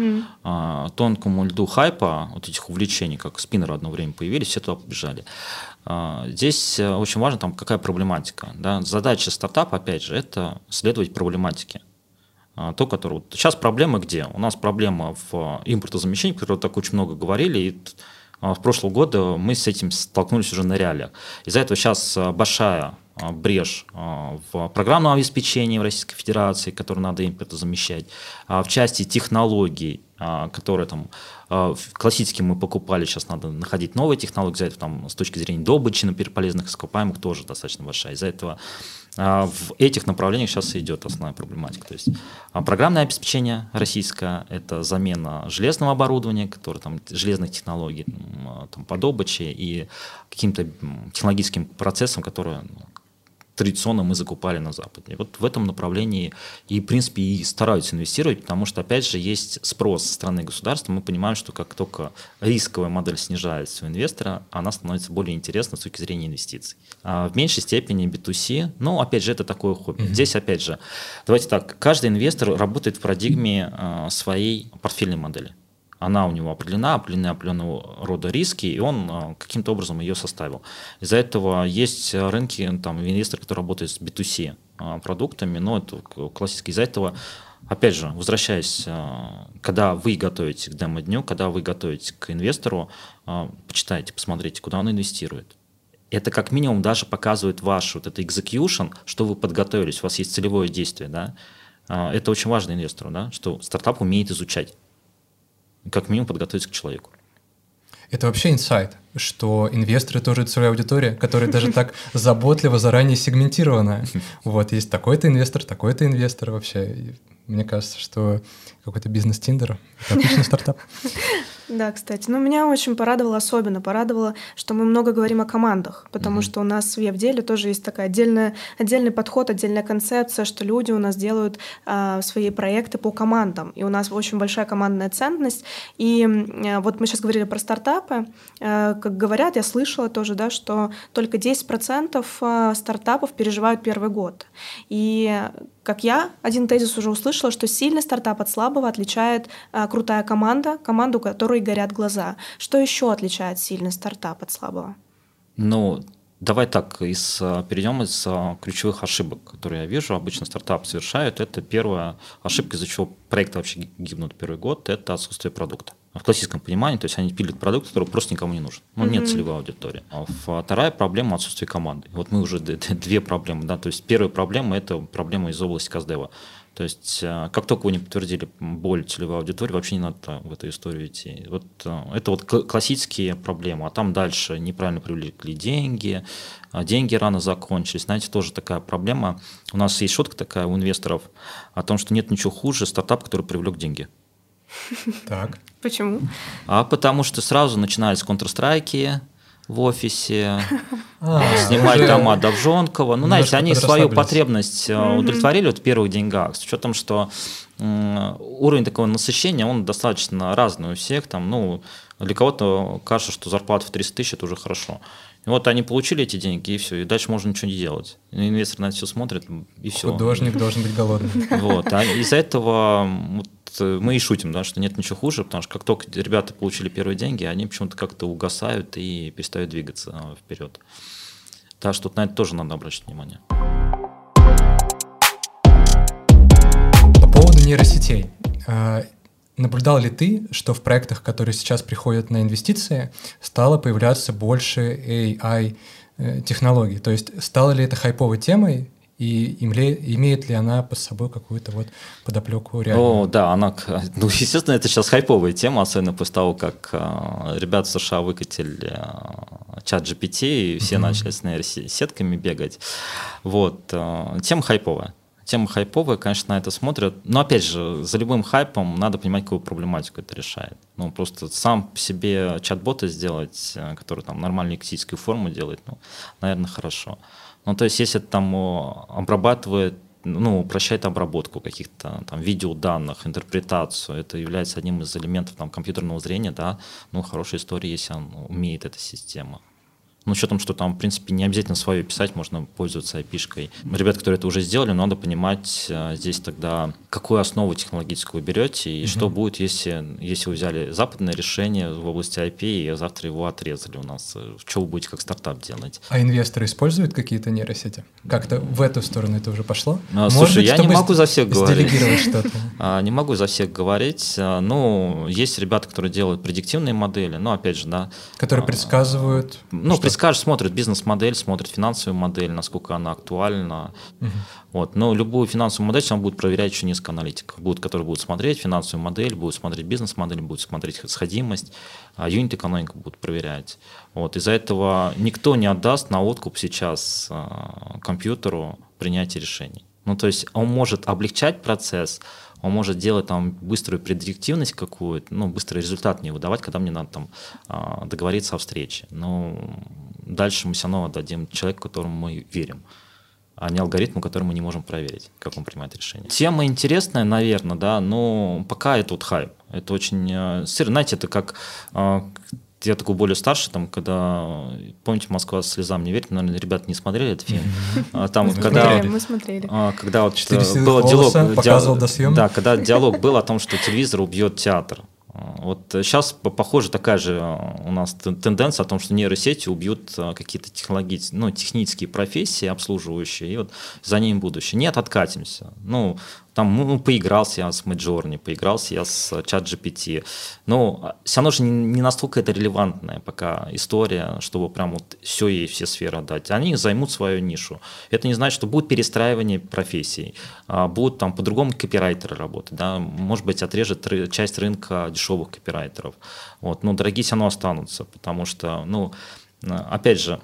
Тонкому льду хайпа, вот этих увлечений, как спиннеры одно время появились, все туда побежали. Здесь очень важно, там, какая проблематика. Да? Задача стартапа, опять же, это следовать проблематике. То, которое... Сейчас проблема где? У нас проблема в импортозамещении, о которой так очень много говорили, и в прошлом году мы с этим столкнулись уже на реалиях. Из-за этого сейчас большая брешь в программном обеспечении в Российской Федерации, которую надо импортозамещать, в части технологий, которые там классически мы покупали, сейчас надо находить новые технологии, из-за этого там, с точки зрения добычи на полезных ископаемых тоже достаточно большая. Из-за этого в этих направлениях сейчас и идет основная проблематика. То есть программное обеспечение российское – это замена железного оборудования, которое, там, железных технологий там, по добыче и каким-то технологическим процессам, которые традиционно мы закупали на Западе. Вот в этом направлении и, в принципе, и стараются инвестировать, потому что, опять же, есть спрос со стороны государства. Мы понимаем, что как только рисковая модель снижается у инвестора, она становится более интересной с точки зрения инвестиций. А в меньшей степени B2C, ну, опять же, это такое хобби. Здесь, опять же, давайте так, каждый инвестор работает в парадигме своей портфельной модели. Она у него определенного рода риски, и он каким-то образом ее составил. Из-за этого есть рынки, там, инвесторы, которые работают с B2C продуктами, но это классически. Из-за этого, опять же, возвращаясь, когда вы готовите к демо-дню, когда вы готовите к инвестору, почитайте, посмотрите, куда он инвестирует. Это как минимум даже показывает ваш вот это execution, что вы подготовились, у вас есть целевое действие. Да? Это очень важно инвестору, да? Что стартап умеет изучать. Как минимум подготовиться к человеку. Это вообще инсайт, что инвесторы тоже целевая аудитория, которая даже так заботливо заранее сегментирована. Вот, есть такой-то инвестор вообще. И мне кажется, что какой-то бизнес-тиндер – это отличный стартап. Да, кстати. Но меня очень особенно порадовало, что мы много говорим о командах, потому что у нас в Явделе тоже есть такая отдельный подход, отдельная концепция, что люди у нас делают свои проекты по командам, и у нас очень большая командная ценность. И вот мы сейчас говорили про стартапы, как говорят, я слышала тоже, да, что только 10% стартапов переживают первый год. И как я один тезис уже услышала, что сильный стартап от слабого отличает крутая команду, у которой горят глаза. Что еще отличает сильный стартап от слабого? Ну, давай так, перейдем из ключевых ошибок, которые я вижу, обычно стартап совершают. Это первая ошибка, из-за чего проекты вообще гибнут первый год, это отсутствие продукта. В классическом понимании, то есть они пилят продукт, который просто никому не нужен. Ну, нет целевой аудитории. Вторая проблема – отсутствие команды. Вот мы уже две проблемы. Да? То есть первая проблема – это проблема из области каздева. То есть как только вы не подтвердили боль целевой аудитории, вообще не надо в эту историю идти. Вот, это вот классические проблемы. А там дальше неправильно привлекли деньги рано закончились. Знаете, тоже такая проблема. У нас есть шутка такая у инвесторов о том, что нет ничего хуже стартап, который привлек деньги. Так. Почему? Потому что сразу начинались Counter-Strike в офисе, снимать дома Довжонкова. Ну, знаете, они свою потребность удовлетворили в первых деньгах, с учетом, что уровень такого насыщения, он достаточно разный у всех. Там, ну, для кого-то кажется, что зарплата в 300 тысяч – это уже хорошо. И вот они получили эти деньги, и все, и дальше можно ничего не делать. Инвестор на это все смотрит, и все. Художник должен быть голодным. Вот. А из-за этого мы и шутим, да, что нет ничего хуже, потому что как только ребята получили первые деньги, они почему-то как-то угасают и перестают двигаться вперед. Так что тут на это тоже надо обращать внимание. По поводу нейросетей. Наблюдал ли ты, что в проектах, которые сейчас приходят на инвестиции, стало появляться больше AI-технологий? То есть стала ли это хайповой темой, и имеет ли она под собой какую-то вот подоплеку реальную? О, да, ну, естественно, это сейчас хайповая тема, особенно после того, как ребята в США выкатили чат GPT, и все начали с нейросетками бегать. Вот, тема хайповая. тема хайповая, конечно, на это смотрят. Но, опять же, за любым хайпом надо понимать, какую проблематику это решает. Ну, просто сам по себе чат-бота сделать, который там нормальную лексическую форму делает, ну, наверное, хорошо. Ну, то есть, если это там обрабатывает, ну, упрощает обработку каких-то там видеоданных, интерпретацию, это является одним из элементов там компьютерного зрения, да, ну, хорошая история, если он умеет эта система. Ну, с учетом, что там, в принципе, не обязательно свое писать, можно пользоваться IP-шкой. Ребята, которые это уже сделали, надо понимать здесь тогда, какую основу технологическую вы берете, и что будет, если вы взяли западное решение в области IP, и завтра его отрезали у нас. Что вы будете как стартап делать? А инвесторы используют какие-то нейросети? Как-то в эту сторону это уже пошло? Слушай, я не могу за всех говорить. Сделегировать что-то. Не могу за всех говорить. Ну, есть ребята, которые делают предиктивные модели, но, опять же, да. Которые предсказывают... Ну, смотрит бизнес-модель, смотрит финансовую модель, насколько она актуальна. Вот. Но любую финансовую модель он будет проверять еще несколько аналитиков, которые будут смотреть финансовую модель, будут смотреть бизнес-модель, будут смотреть сходимость, юнит-экономику будут проверять. Вот. Из-за этого никто не отдаст на откуп сейчас компьютеру принятие решений. Ну, то есть он может облегчать процесс, он может делать там быструю предиктивность какую-то, ну, быстрый результат мне выдавать, когда мне надо там договориться о встрече. Но дальше мы все равно отдадим человеку, которому мы верим, а не алгоритму, который мы не можем проверить, как он принимает решение. Тема интересная, наверное, да, но пока это вот хайп. Это очень... Знаете, это как... Я такой более старший, там, когда, помните, «Москва слезам не верит», наверное, ребята не смотрели этот фильм. Там, мы смотрели. Когда вот был диалог, показывал до съемок. Да, когда диалог был о том, что телевизор убьет театр. Вот сейчас, похоже, такая же у нас тенденция о том, что нейросети убьют какие-то технические профессии обслуживающие, и вот за ними будущее. Нет, откатимся. Ну, там, поигрался я с Midjourney, поигрался я с ChatGPT. Но все равно же не настолько это релевантная пока история, чтобы прям вот все сферы отдать. Они займут свою нишу. Это не значит, что будет перестраивание профессий, будут там по-другому копирайтеры работать, да? Может быть, отрежет часть рынка дешевых копирайтеров. Вот. Но дорогие все равно останутся, потому что, опять же,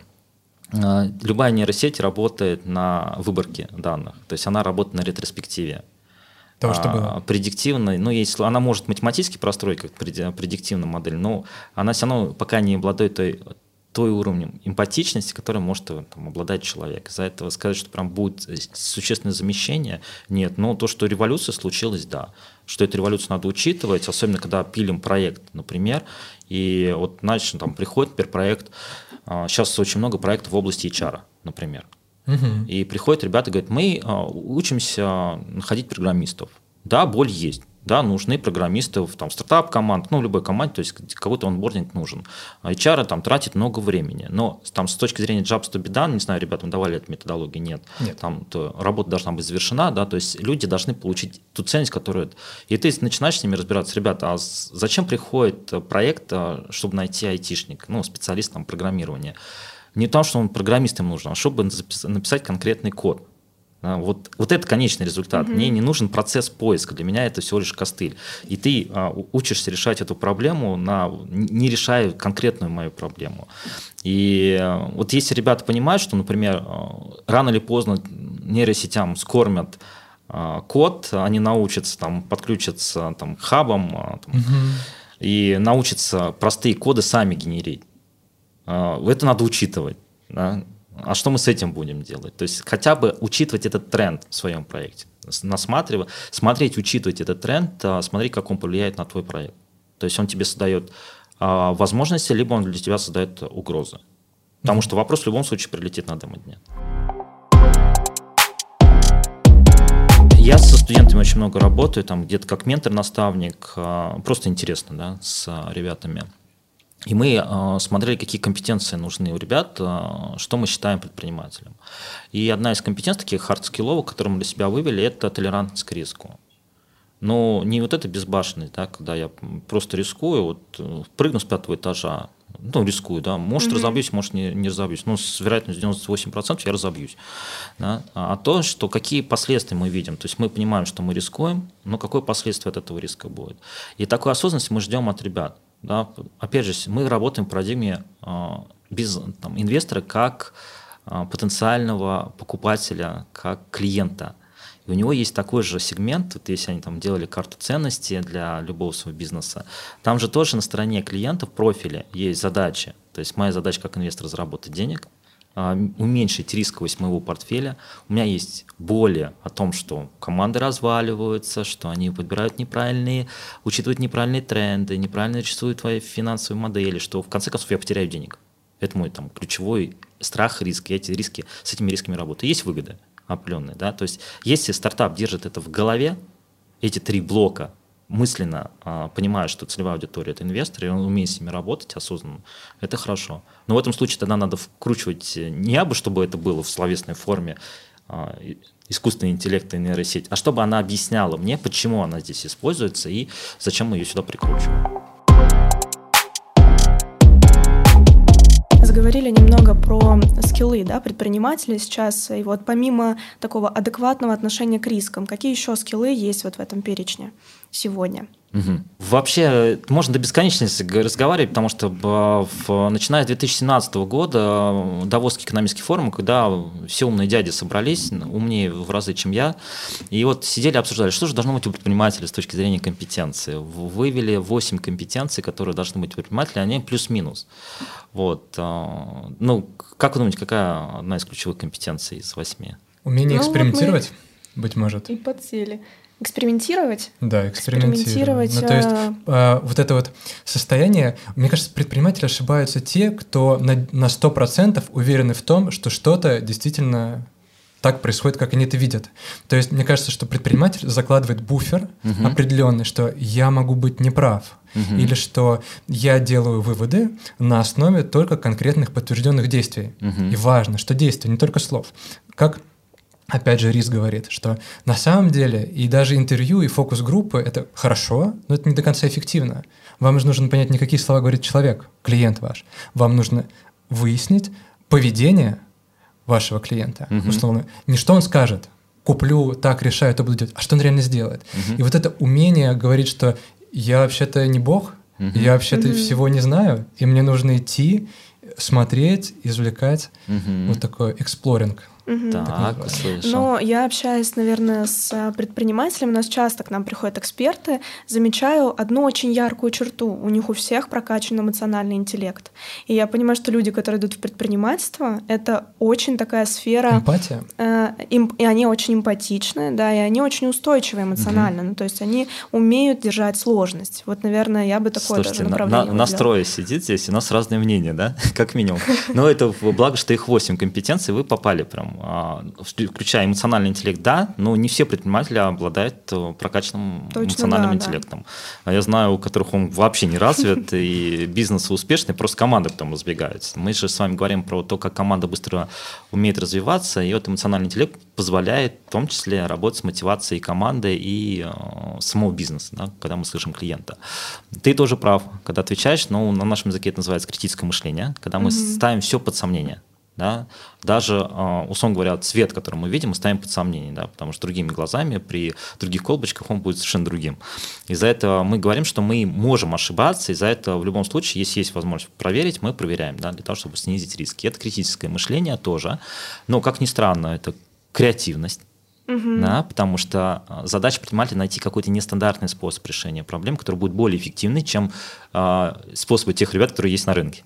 любая нейросеть работает на выборке данных, то есть она работает на ретроспективе. Того, что было. Предиктивной, если она может математически простроить как предиктивную модель, но она все равно пока не обладает той уровнем эмпатичности, который может там обладать человек. Из-за этого сказать, что прям будет существенное замещение, нет. Но то, что революция случилась, да. Что эту революцию надо учитывать, особенно когда пилим проект, например, и вот там приходит, например, проект, сейчас очень много проектов в области HR, например. И приходят ребята и говорят, мы учимся находить программистов. Да, боль есть. Да, нужны программисты в стартап-команд, любой команде, то есть какой-то онбординг нужен. HR там тратит много времени, но там с точки зрения jobs to be done, не знаю, ребятам давали эту методологию, нет. Там работа должна быть завершена, да, то есть люди должны получить ту ценность, которую... И ты начинаешь с ними разбираться, ребята, а зачем приходит проект, чтобы найти айтишник, специалист там программирования? Не потому, что он программистом нужен, а чтобы написать конкретный код. Вот это конечный результат. Мне не нужен процесс поиска. Для меня это всего лишь костыль. И ты учишься решать эту проблему, не решая конкретную мою проблему. И вот если ребята понимают, что, например, рано или поздно нейросетям скормят код, они научатся, подключатся к хабам и научатся простые коды сами генерить. Это надо учитывать. Да? А что мы с этим будем делать? То есть хотя бы учитывать этот тренд в своем проекте. Смотреть, учитывать этот тренд, смотреть, как он повлияет на твой проект. То есть он тебе создает возможности, либо он для тебя создает угрозы. Потому что вопрос в любом случае прилетит на демо-дне. Я со студентами очень много работаю, где-то как ментор-наставник, просто интересно, да, с ребятами. И мы смотрели, какие компетенции нужны у ребят, что мы считаем предпринимателем. И одна из компетенций, таких хард-скиллов, которые мы для себя вывели, это толерантность к риску. Но не вот эта безбашенность, да, когда я просто рискую, прыгну с 5-го этажа, рискую, да, может разобьюсь, может не разобьюсь, с вероятностью 98% я разобьюсь. Да. А то, что какие последствия мы видим, то есть мы понимаем, что мы рискуем, но какое последствие от этого риска будет. И такую осознанность мы ждем от ребят. Да, опять же, мы работаем в парадигме инвестора как потенциального покупателя, как клиента. И у него есть такой же сегмент, вот если они там делали карту ценностей для любого своего бизнеса, там же тоже на стороне клиента в профиле есть задачи. То есть моя задача как инвестор заработать денег, уменьшить рисковость моего портфеля. У меня есть боли о том, что команды разваливаются, что они подбирают неправильные, учитывают неправильные тренды, неправильно рисуют твои финансовые модели, что в конце концов я потеряю денег. Это мой там ключевой страх, риск. Я с этими рисками работаю. Есть выгоды определенные, да, то есть если стартап держит это в голове, эти 3 блока, мысленно понимая, что целевая аудитория – это инвесторы, и он умеет с ними работать осознанно, это хорошо. Но в этом случае тогда надо вкручивать не абы, чтобы это было в словесной форме, искусственный интеллект и нейросеть, а чтобы она объясняла мне, почему она здесь используется и зачем мы ее сюда прикручиваем. Заговорили немного про скиллы, да, предпринимателей сейчас. И вот помимо такого адекватного отношения к рискам, какие еще скиллы есть вот в этом перечне сегодня? Угу. Вообще, можно до бесконечности разговаривать, потому что начиная с 2017 года Давосский экономический форум, когда все умные дяди собрались, умнее в разы, чем я, и вот сидели, обсуждали, что же должно быть у предпринимателя с точки зрения компетенции. Вывели 8 компетенций, которые должны быть у предпринимателя, они плюс-минус. Вот. Ну, как вы думаете, какая одна из ключевых компетенций из 8? Умение экспериментировать, быть может. И подсели. Экспериментировать? Да, экспериментировать. Ну, то есть вот это вот состояние, мне кажется, предприниматели ошибаются те, кто на 100% уверены в том, что что-то действительно так происходит, как они это видят. То есть мне кажется, что предприниматель закладывает буфер определенный, что я могу быть неправ, или что я делаю выводы на основе только конкретных подтвержденных действий. И важно, что действия, не только слов. Как опять же, Рис говорит, что на самом деле и даже интервью, и фокус-группы — это хорошо, но это не до конца эффективно. Вам же нужно понять, не какие слова говорит человек, клиент ваш. Вам нужно выяснить поведение вашего клиента. Условно, не что он скажет, куплю, так, решаю, то буду делать, а что он реально сделает. И вот это умение говорить, что я вообще-то не бог, я вообще-то всего не знаю, и мне нужно идти, смотреть, извлекать. Вот такой эксплоринг. Так, слышал. Но я общаюсь, наверное, с предпринимателями, у нас часто к нам приходят эксперты, замечаю одну очень яркую черту. У них у всех прокачан эмоциональный интеллект. И я понимаю, что люди, которые идут в предпринимательство, это очень такая сфера... Эмпатия? И они очень эмпатичны, да, и они очень устойчивы эмоционально. Ну, то есть они умеют держать сложность. Вот, наверное, я бы такое даже направление на строе сидит здесь, у нас разные мнения, да, как минимум. Но это благо, что их 8 компетенций, вы попали прям, включая эмоциональный интеллект, да, но не все предприниматели обладают прокачанным эмоциональным интеллектом. Да. Я знаю, у которых он вообще не развит, и бизнес успешный, просто команды потом разбегаются. Мы же с вами говорим про то, как команда быстро умеет развиваться, и вот эмоциональный интеллект позволяет в том числе работать с мотивацией команды и самого бизнеса, да, когда мы слышим клиента. Ты тоже прав, когда отвечаешь, но на нашем языке это называется критическое мышление, когда мы ставим все под сомнение. Да? Даже, условно говоря, цвет, который мы видим, мы ставим под сомнение, да? Потому что другими глазами при других колбочках он будет совершенно другим. Из-за этого мы говорим, что мы можем ошибаться, из-за этого в любом случае, если есть возможность проверить, мы проверяем, да? Для того, чтобы снизить риски. Это критическое мышление тоже, но, как ни странно, это креативность. Да, потому что задача предпринимателя найти какой-то нестандартный способ решения проблем, который будет более эффективный, чем способы тех ребят, которые есть на рынке.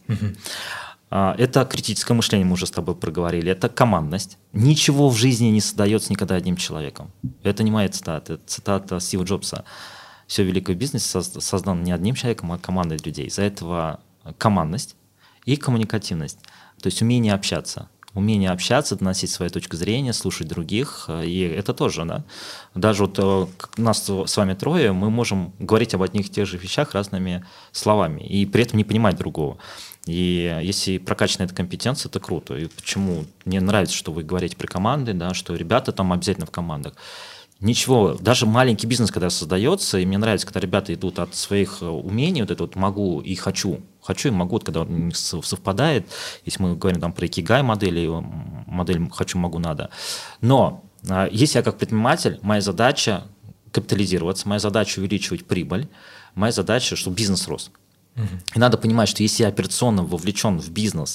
Это критическое мышление, мы уже с тобой проговорили, это командность. Ничего в жизни не создается никогда одним человеком. Это не моя цитата, это цитата Стива Джобса. Все великое в бизнесе создано не одним человеком, а командой людей. Из-за этого командность и коммуникативность, то есть умение общаться. Умение общаться, доносить свою точку зрения, слушать других, и это тоже, да. Даже вот нас с вами трое, мы можем говорить об одних и тех же вещах разными словами, и при этом не понимать другого. И если прокачана эта компетенция, это круто. И почему мне нравится, что вы говорите про команды, да, что ребята там обязательно в командах. Ничего, даже маленький бизнес, когда создается, и мне нравится, когда ребята идут от своих умений, вот это вот могу и хочу и могу, вот когда он совпадает, если мы говорим там про икигай модель хочу, могу, надо. Но если я как предприниматель, моя задача капитализироваться, моя задача увеличивать прибыль, моя задача, чтобы бизнес рос. И надо понимать, что если я операционно вовлечен в бизнес,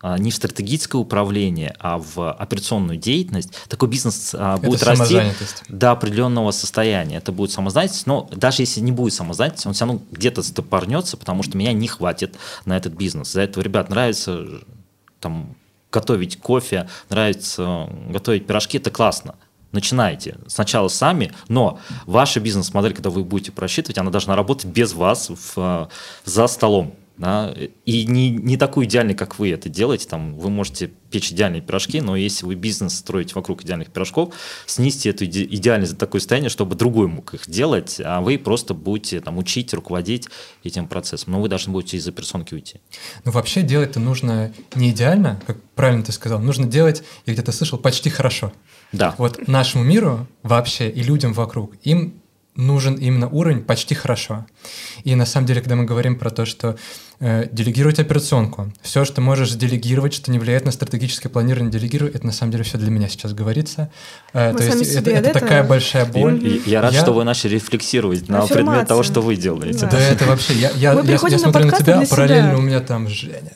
не в стратегическое управление, а в операционную деятельность, такой бизнес будет расти до определенного состояния. Это будет самозанятость, но даже если не будет самозанятости, он все равно где-то стопорнется, потому что меня не хватит на этот бизнес. Из-за этого, ребят, нравится там готовить кофе, нравится готовить пирожки, это классно. Начинайте сначала сами, но ваша бизнес-модель, когда вы будете просчитывать, она должна работать без вас за столом. Да? И не такой идеальный, как вы это делаете. Там, вы можете печь идеальные пирожки, но если вы бизнес строите вокруг идеальных пирожков, снизьте эту идеальность до такое состояние, чтобы другой мог их делать, а вы просто будете там, учить, руководить этим процессом. Но вы должны будете из операционки уйти. Ну, вообще делать-то нужно не идеально, как правильно ты сказал, нужно делать, я где-то слышал, почти хорошо. Да. Вот нашему миру вообще и людям вокруг, им нужен именно уровень почти хорошо. И на самом деле, когда мы говорим про то, что делегировать операционку, все, что можешь делегировать, что не влияет на стратегическое планирование, делегируй, это на самом деле все для меня сейчас говорится. То есть это такая большая боль. Я рад, что вы начали рефлексировать на предмет того, что вы делаете. Да, это вообще... Я смотрю на тебя, параллельно у меня там Женя.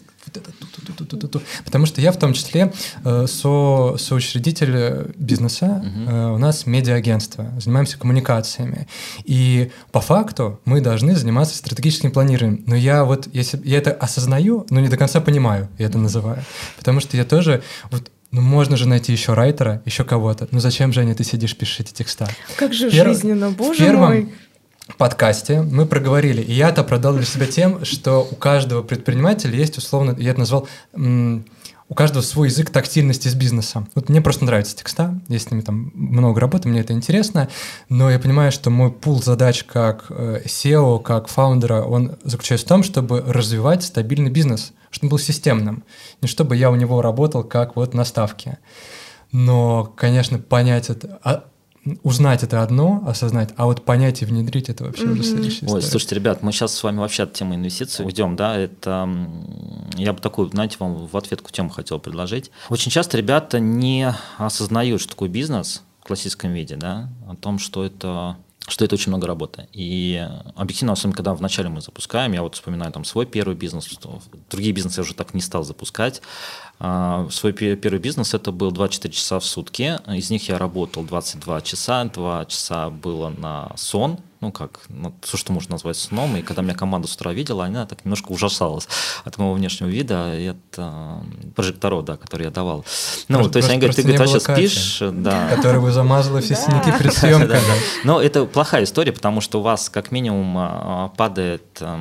Потому что я в том числе соучредитель бизнеса, у нас медиа-агентство, занимаемся коммуникациями. И по факту мы должны заниматься стратегическим планированием. Но я это осознаю, но не до конца понимаю, я это называю. Потому что я тоже... Ну, можно же найти еще райтера, еще кого-то. Ну, зачем, Женя, ты сидишь, пишешь эти текста? Как же жизненно, боже мой! Подкасте мы проговорили, и я это оправдал для себя тем, что у каждого предпринимателя есть условно, я это назвал, у каждого свой язык тактильности с бизнесом. Вот мне просто нравятся текста, я с ними там много работаю, мне это интересно, но я понимаю, что мой пул задач как SEO, как фаундера, он заключается в том, чтобы развивать стабильный бизнес, чтобы он был системным, не чтобы я у него работал как вот на ставке. Но, конечно, понять это... Узнать это одно, осознать, а вот понять и внедрить это вообще уже следующая история. Ой, слушайте, ребят, мы сейчас с вами вообще от темы инвестиций уйдем, да, это я бы такую, знаете, вам в ответку тему хотел предложить. Очень часто ребята не осознают, что такое бизнес в классическом виде, да, о том, что это очень много работы. И объективно, особенно когда вначале мы запускаем, я вот вспоминаю там свой первый бизнес, другие бизнесы я уже так не стал запускать. Свой первый бизнес это был 24 часа в сутки, из них я работал 22 часа, 2 часа было на сон, все, что можно назвать сном, и когда меня команда с утра видела, она так немножко ужасалась от моего внешнего вида, и от прожекторов, да, которые я давал. То есть они говорят, ты сейчас спишь, да. Который вы замазала все синяки перед съемкой. Но это плохая история, потому что у вас как минимум падает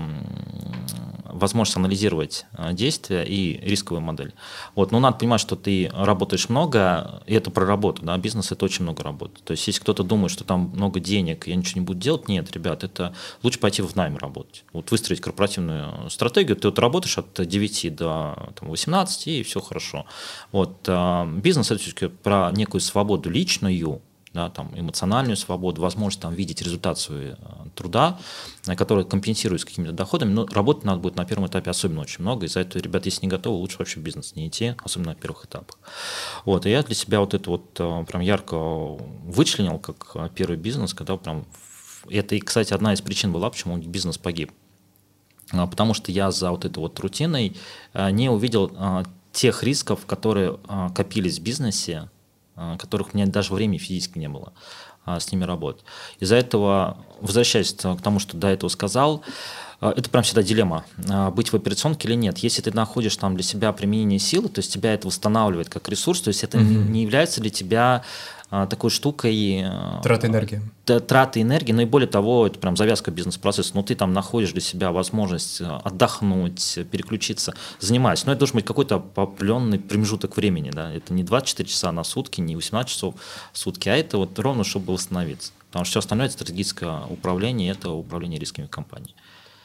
возможность анализировать действия и рисковую модель. Но надо понимать, что ты работаешь много, и это про работу, да, бизнес – это очень много работы. То есть, если кто-то думает, что там много денег, я ничего не буду делать, нет, ребят, это лучше пойти в найм работать. Выстроить корпоративную стратегию, ты работаешь от 9 до 18, и все хорошо. Бизнес – это все-таки про некую свободу личную, да, там, эмоциональную свободу, возможность там, видеть результат своего труда, который компенсируется какими-то доходами, но работать надо будет на первом этапе особенно очень много, из-за этого, ребят, если не готовы, лучше вообще в бизнес не идти, особенно на первых этапах. И я для себя это прям ярко вычленил как первый бизнес, когда прям... Это, кстати, одна из причин была, почему бизнес погиб. Потому что я за этой рутиной не увидел тех рисков, которые копились в бизнесе, которых у меня даже времени физически не было с ними работать. Из-за этого, возвращаясь к тому, что до этого сказал, это прям всегда дилемма, быть в операционке или нет. Если ты находишь там для себя применение силы, то есть тебя это восстанавливает как ресурс, то есть это не является для тебя такой штукой... Траты энергии. Траты энергии, но и более того, это прям завязка бизнес-процесса. Но ты там находишь для себя возможность отдохнуть, переключиться, занимаясь. Но это должен быть какой-то определенный промежуток времени. Да? Это не 24 часа на сутки, не 18 часов в сутки, а это ровно, чтобы восстановиться. Потому что все остальное – это стратегическое управление, это управление рисками компании.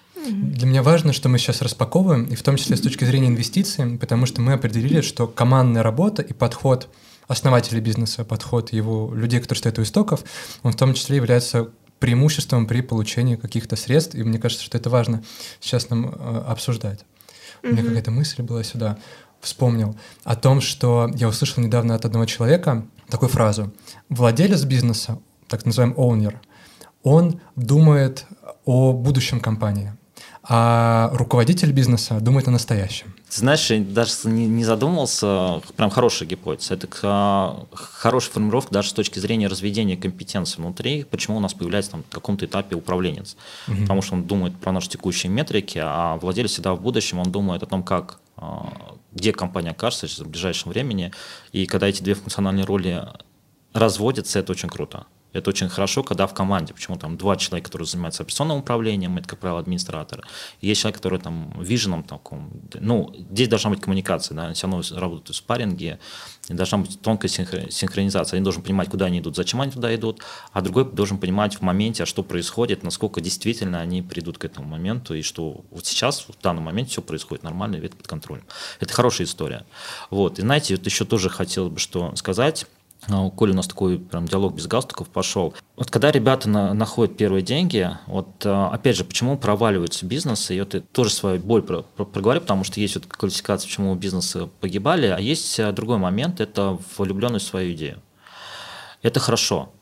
Для меня важно, что мы сейчас распаковываем, и в том числе с точки зрения инвестиций, потому что мы определили, что командная работа и подход основателей бизнеса, подход его людей, которые стоят у истоков, он в том числе является преимуществом при получении каких-то средств, и мне кажется, что это важно сейчас нам обсуждать. У меня какая-то мысль была сюда, вспомнил о том, что я услышал недавно от одного человека такую фразу. Владелец бизнеса, так называемый owner, он думает о будущем компании. а руководитель бизнеса думает о настоящем. Ты знаешь, я даже не задумывался, прям хорошая гипотеза. Это хорошая формулировка даже с точки зрения разведения компетенций внутри, почему у нас появляется там, на каком-то этапе управленец. Потому что он думает про наши текущие метрики, а владелец всегда в будущем, он думает о том, где компания окажется в ближайшем времени. И когда эти две функциональные роли разводятся, это очень круто. Это очень хорошо, когда в команде, почему там 2 человека, которые занимаются операционным управлением, это, как правило, администраторы, и есть человек, который там виженом таком, здесь должна быть коммуникация, да, они все равно работают в спарринге, и должна быть тонкая синхронизация, они должны понимать, куда они идут, зачем они туда идут, а другой должен понимать в моменте, что происходит, насколько действительно они придут к этому моменту, и что вот сейчас, в данный момент все происходит нормально, и это под контролем. Это хорошая история. Вот. И знаете, вот еще тоже хотел бы что сказать. Коля, у нас такой прям диалог без галстуков пошел. Вот когда ребята находят первые деньги, вот опять же, почему проваливаются бизнесы, и вот я тоже свою боль проговорю, потому что есть вот классификация, почему бизнесы погибали, а есть другой момент, это влюбленность в свою идею. Это хорошо.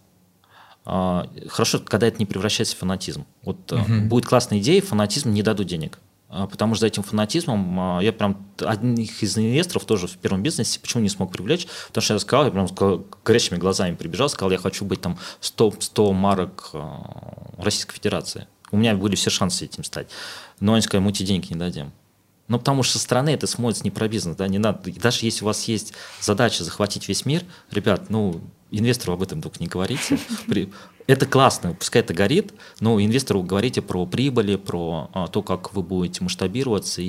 Хорошо, когда это не превращается в фанатизм. Вот будет классная идея, фанатизм, не дадут денег. Потому что за этим фанатизмом я прям одних из инвесторов тоже в первом бизнесе почему не смог привлечь, потому что я прям горящими глазами прибежал, сказал, я хочу быть там 100 марок Российской Федерации. У меня были все шансы этим стать. Но они сказали, мы тебе денег не дадим. Ну, потому что со стороны это смотрится не про бизнес, да, не надо. Даже если у вас есть задача захватить весь мир, ребят, инвестору об этом только не говорите. Это классно, пускай это горит, но инвестору говорите про прибыли, про то, как вы будете масштабироваться.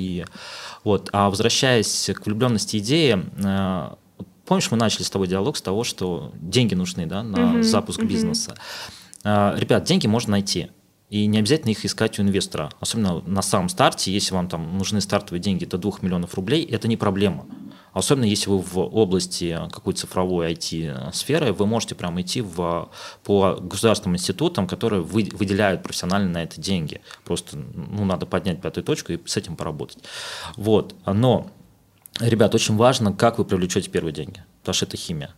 А возвращаясь к влюбленности идеи, помнишь, мы начали с тобой диалог с того, что деньги нужны, да, на запуск бизнеса. Ребят, деньги можно найти. И не обязательно их искать у инвестора. Особенно на самом старте, если вам там нужны стартовые деньги до 2 миллионов рублей, это не проблема. Особенно если вы в области какой-то цифровой IT-сферы, вы можете прямо идти по государственным институтам, которые выделяют профессионально на это деньги. Просто надо поднять 5-ю точку и с этим поработать. Вот. Но, ребят, очень важно, как вы привлечете первые деньги, потому что это химия.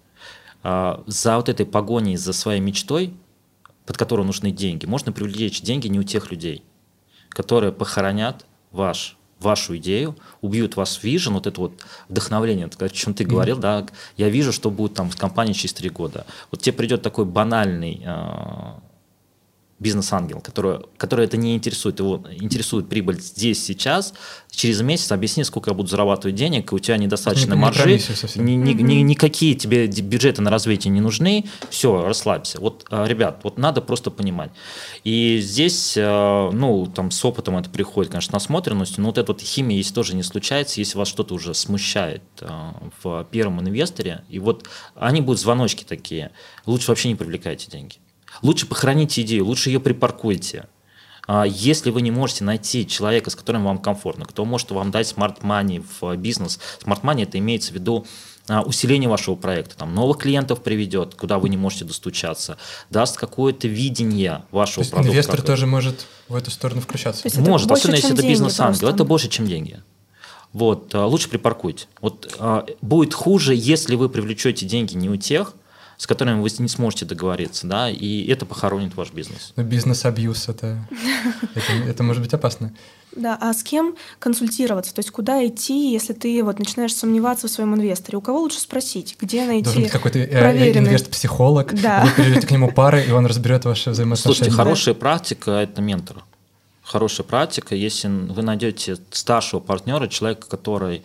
За вот этой погоней за своей мечтой, под которую нужны деньги, можно привлечь деньги не у тех людей, которые похоронят вашу идею, убьют вас вижен, вот это вот вдохновление, о чем ты говорил, да, я вижу, что будет там с компанией через 3 года. Вот тебе придет такой банальный бизнес-ангел, который это не интересует, его интересует прибыль здесь, сейчас, через месяц объясни, сколько я буду зарабатывать денег, и у тебя недостаточно маржи, никакие тебе бюджеты на развитие не нужны, все, расслабься. Вот, ребят, вот надо просто понимать. И здесь, там с опытом это приходит, конечно, насмотренностью, но вот эта вот химия, если тоже не случается, если вас что-то уже смущает в первом инвесторе, и вот они будут звоночки такие, лучше вообще не привлекайте деньги. Лучше похороните идею, лучше ее припаркуйте. Если вы не можете найти человека, с которым вам комфортно, кто может вам дать smart money в бизнес, smart money это имеется в виду усиление вашего проекта, там, новых клиентов приведет, куда вы не можете достучаться, даст какое-то видение вашего продукта. Инвестор тоже может в эту сторону включаться. Может, особенно если это бизнес-ангел, это больше, чем деньги. Вот, лучше припаркуйте. Вот, будет хуже, если вы привлечете деньги не у тех, с которыми вы не сможете договориться, да, и это похоронит ваш бизнес. Но бизнес-абьюз это может быть опасно. Да, а с кем консультироваться? То есть куда идти, если ты вот начинаешь сомневаться в своем инвесторе? У кого лучше спросить? Где найти должен быть какой-то проверенный инвест-психолог, да. Вы приведете к нему пары, и он разберет ваши взаимоотношения. Слушайте, хорошая практика – это ментор. Хорошая практика, если вы найдете старшего партнера, человека, который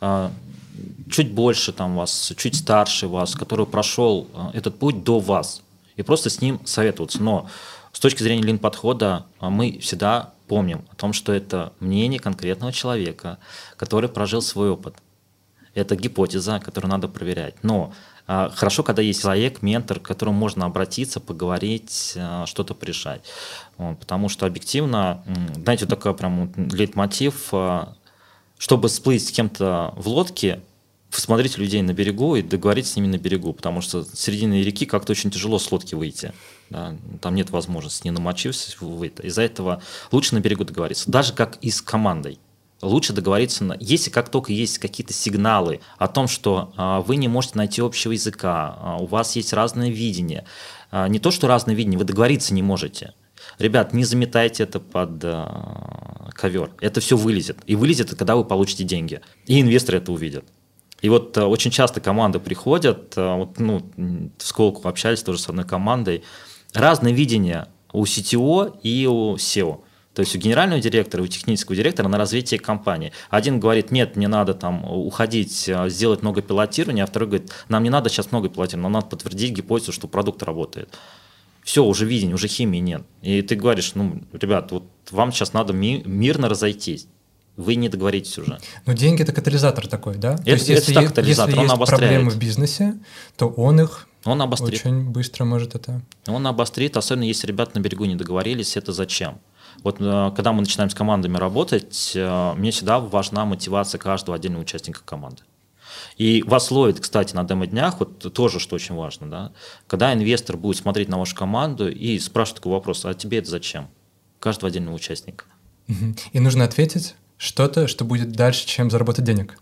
чуть больше там вас, чуть старше вас, который прошел этот путь до вас, и просто с ним советоваться. Но с точки зрения лин-подхода мы всегда помним о том, что это мнение конкретного человека, который прожил свой опыт. Это гипотеза, которую надо проверять. Но хорошо, когда есть человек, ментор, к которому можно обратиться, поговорить, что-то порешать. Потому что объективно, знаете, вот такой прям лейтмотив, чтобы всплыть с кем-то в лодке, смотрите людей на берегу и договориться с ними на берегу, потому что с середины реки как-то очень тяжело с лодки выйти. Да? Там нет возможности, не намочившись, выйти. Из-за этого лучше на берегу договориться. Даже как и с командой. Лучше договориться, если как только есть какие-то сигналы о том, что вы не можете найти общего языка, у вас есть разное видение. Не то, что разное видение, вы договориться не можете. Ребят, не заметайте это под ковер. Это все вылезет. И вылезет, когда вы получите деньги. И инвесторы это увидят. И вот очень часто команды приходят, в Сколково общались тоже с одной командой, разное видение у CTO и у SEO. То есть у генерального директора, у технического директора на развитие компании. Один говорит, нет, мне надо там уходить, сделать много пилотирования, а второй говорит, нам не надо сейчас много пилотирования, нам надо подтвердить гипотезу, что продукт работает. Все, уже видение, уже химии нет. И ты говоришь, ребят, вот вам сейчас надо мирно разойтись. Вы не договоритесь уже. Но деньги – это катализатор такой, да? Это катализатор, если он есть обостряет. проблемы в бизнесе, то он обострит. Очень быстро может это… Он обострит, особенно если ребята на берегу не договорились, это зачем? Вот когда мы начинаем с командами работать, мне всегда важна мотивация каждого отдельного участника команды. И вас ловит, кстати, на демо-днях, вот тоже, что очень важно, да, когда инвестор будет смотреть на вашу команду и спрашивать такой вопрос, а тебе это зачем? Каждого отдельного участника. И нужно ответить что-то, что будет дальше, чем заработать денег.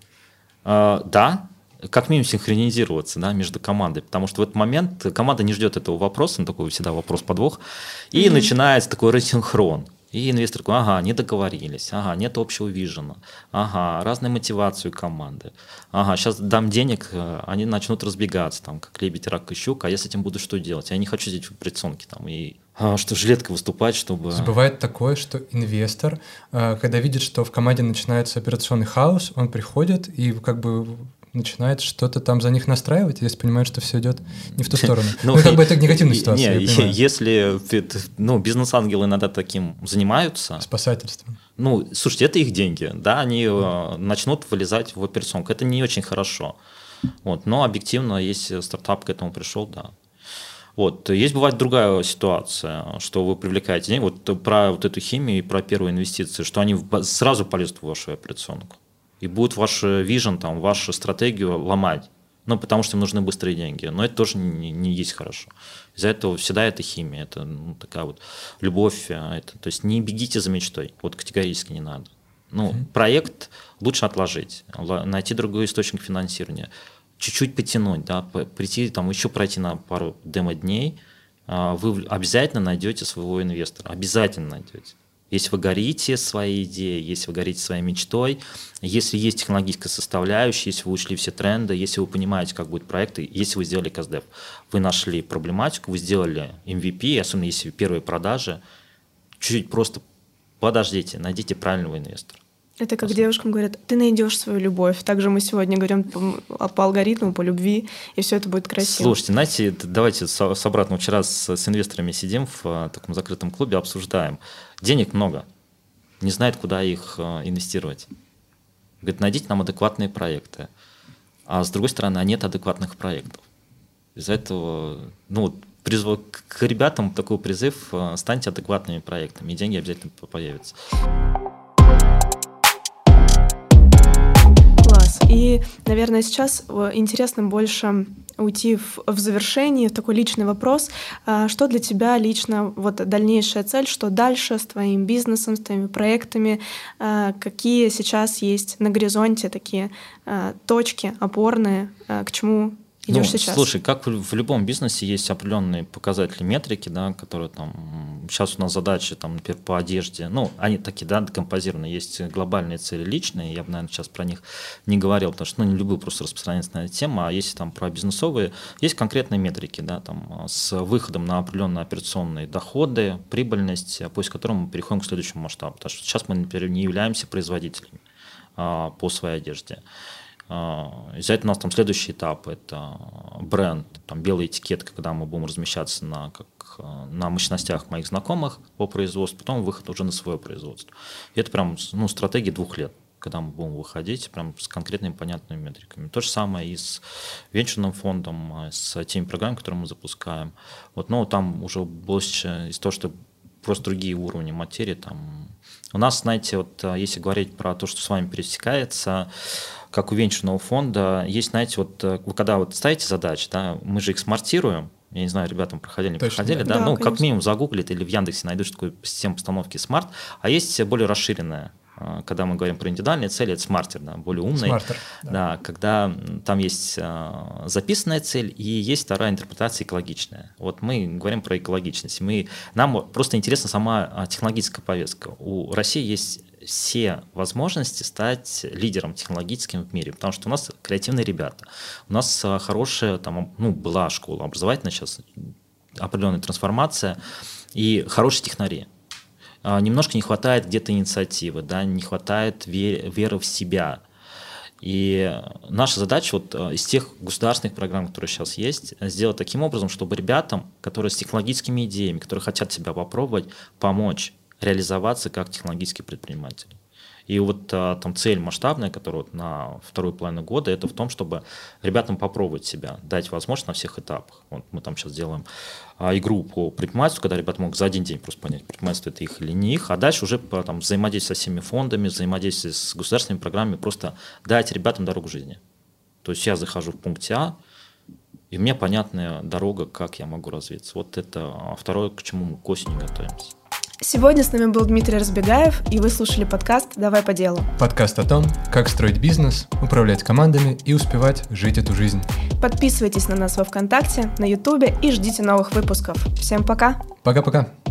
Да, как минимум синхронизироваться, да, между командой, потому что в этот момент команда не ждет этого вопроса, такой всегда вопрос-подвох, и начинается такой рассинхрон. И инвестор такой, ага, не договорились, ага, нет общего вижена, ага, разная мотивация у команды, ага, сейчас дам денег, они начнут разбегаться, там, как лебедь, рак и щука, а я с этим буду что делать? Я не хочу сидеть в операционке, там, и что жилеткой выступать, чтобы… Бывает такое, что инвестор, когда видит, что в команде начинается операционный хаос, он приходит и как бы начинает что-то там за них настраивать, если понимает, что все идет не в ту сторону. Как бы это негативная ситуация. Если бизнес-ангелы иногда таким занимаются… Спасательством. Слушайте, это их деньги, да, они начнут вылезать в операционку. Это не очень хорошо. Но объективно, если стартап к этому пришел, да. Есть бывает другая ситуация, что вы привлекаете деньги, про эту химию и про первую инвестицию, что они сразу полезут в вашу операционку. И будут ваш вижен, вашу стратегию ломать. Потому что им нужны быстрые деньги. Но это тоже не есть хорошо. Из-за этого всегда это химия, это такая любовь. То есть не бегите за мечтой. Категорически не надо. Проект лучше отложить, найти другой источник финансирования, чуть-чуть потянуть, да, прийти, еще пройти на пару демо-дней. Вы обязательно найдете своего инвестора. Обязательно найдете. Если вы горите своей идеей, если вы горите своей мечтой, если есть технологическая составляющая, если вы учли все тренды, если вы понимаете, как будет проект, если вы сделали КСДФ, вы нашли проблематику, вы сделали MVP, особенно если первые продажи, чуть-чуть просто подождите, найдите правильного инвестора. Это как девушкам говорят, ты найдешь свою любовь. Также мы сегодня говорим по алгоритму, по любви, и все это будет красиво. Слушайте, знаете, давайте с обратно. Вчера с инвесторами сидим в таком закрытом клубе, обсуждаем. Денег много, не знает, куда их инвестировать. Говорит, найдите нам адекватные проекты. А с другой стороны, нет адекватных проектов. Из-за этого, к ребятам такой призыв, станьте адекватными проектами, и деньги обязательно появятся. И, наверное, сейчас интересно больше уйти в завершение, в такой личный вопрос. Что для тебя лично дальнейшая цель, что дальше с твоим бизнесом, с твоими проектами, какие сейчас есть на горизонте такие точки опорные, к чему идешь сейчас? Слушай, как в любом бизнесе есть определенные показатели, метрики, да, которые сейчас у нас задачи, например, по одежде, они такие, да, декомпозированные, есть глобальные цели личные, я бы, наверное, сейчас про них не говорил, потому что, не люблю просто распространяться на эту тему, а если про бизнесовые, есть конкретные метрики, да, с выходом на определенные операционные доходы, прибыльность, после которой мы переходим к следующему масштабу, потому что сейчас мы, например, не являемся производителями по своей одежде. Из-за этого у нас следующий этап – это бренд, белая этикетка, когда мы будем размещаться на мощностях моих знакомых по производству, потом выход уже на свое производство. И это прям стратегия 2 лет, когда мы будем выходить прям с конкретными понятными метриками. То же самое и с венчурным фондом, с теми программами, которые мы запускаем. Но там уже больше из того, что просто другие уровни материи. У нас, знаете, если говорить про то, что с вами пересекается, как у венчурного фонда, есть, знаете, вы когда ставите задачи, да, мы же их смартируем, я не знаю, ребятам проходили, не проходили, да, как минимум загуглит или в Яндексе найдешь такую систему постановки смарт, а есть более расширенная когда мы говорим про индивидуальные цели, это смартер, да, более умный. Смартер, да, когда там есть записанная цель и есть вторая интерпретация экологичная. Вот мы говорим про экологичность. Нам просто интересна сама технологическая повестка. У России есть все возможности стать лидером технологическим в мире, потому что у нас креативные ребята, у нас хорошая, была школа образовательная, сейчас определенная трансформация, и хорошие технари. Немножко не хватает где-то инициативы, да, не хватает веры в себя. И наша задача из тех государственных программ, которые сейчас есть, сделать таким образом, чтобы ребятам, которые с технологическими идеями, которые хотят себя попробовать, помочь реализоваться как технологические предприниматели. И там цель масштабная, которая на вторую половину года, это в том, чтобы ребятам попробовать себя, дать возможность на всех этапах. Мы там сейчас делаем игру по предпринимательству, когда ребята могут за один день просто понять, предпринимательство это их или не их, а дальше уже взаимодействие со всеми фондами, взаимодействие с государственными программами, просто дать ребятам дорогу жизни. То есть я захожу в пункте А, и мне понятная дорога, как я могу развиться. Вот это второе, к чему мы к осени готовимся. Сегодня с нами был Дмитрий Разбегаев, и вы слушали подкаст «Давай по делу». Подкаст о том, как строить бизнес, управлять командами и успевать жить эту жизнь. Подписывайтесь на нас во ВКонтакте, на Ютубе и ждите новых выпусков. Всем пока! Пока-пока!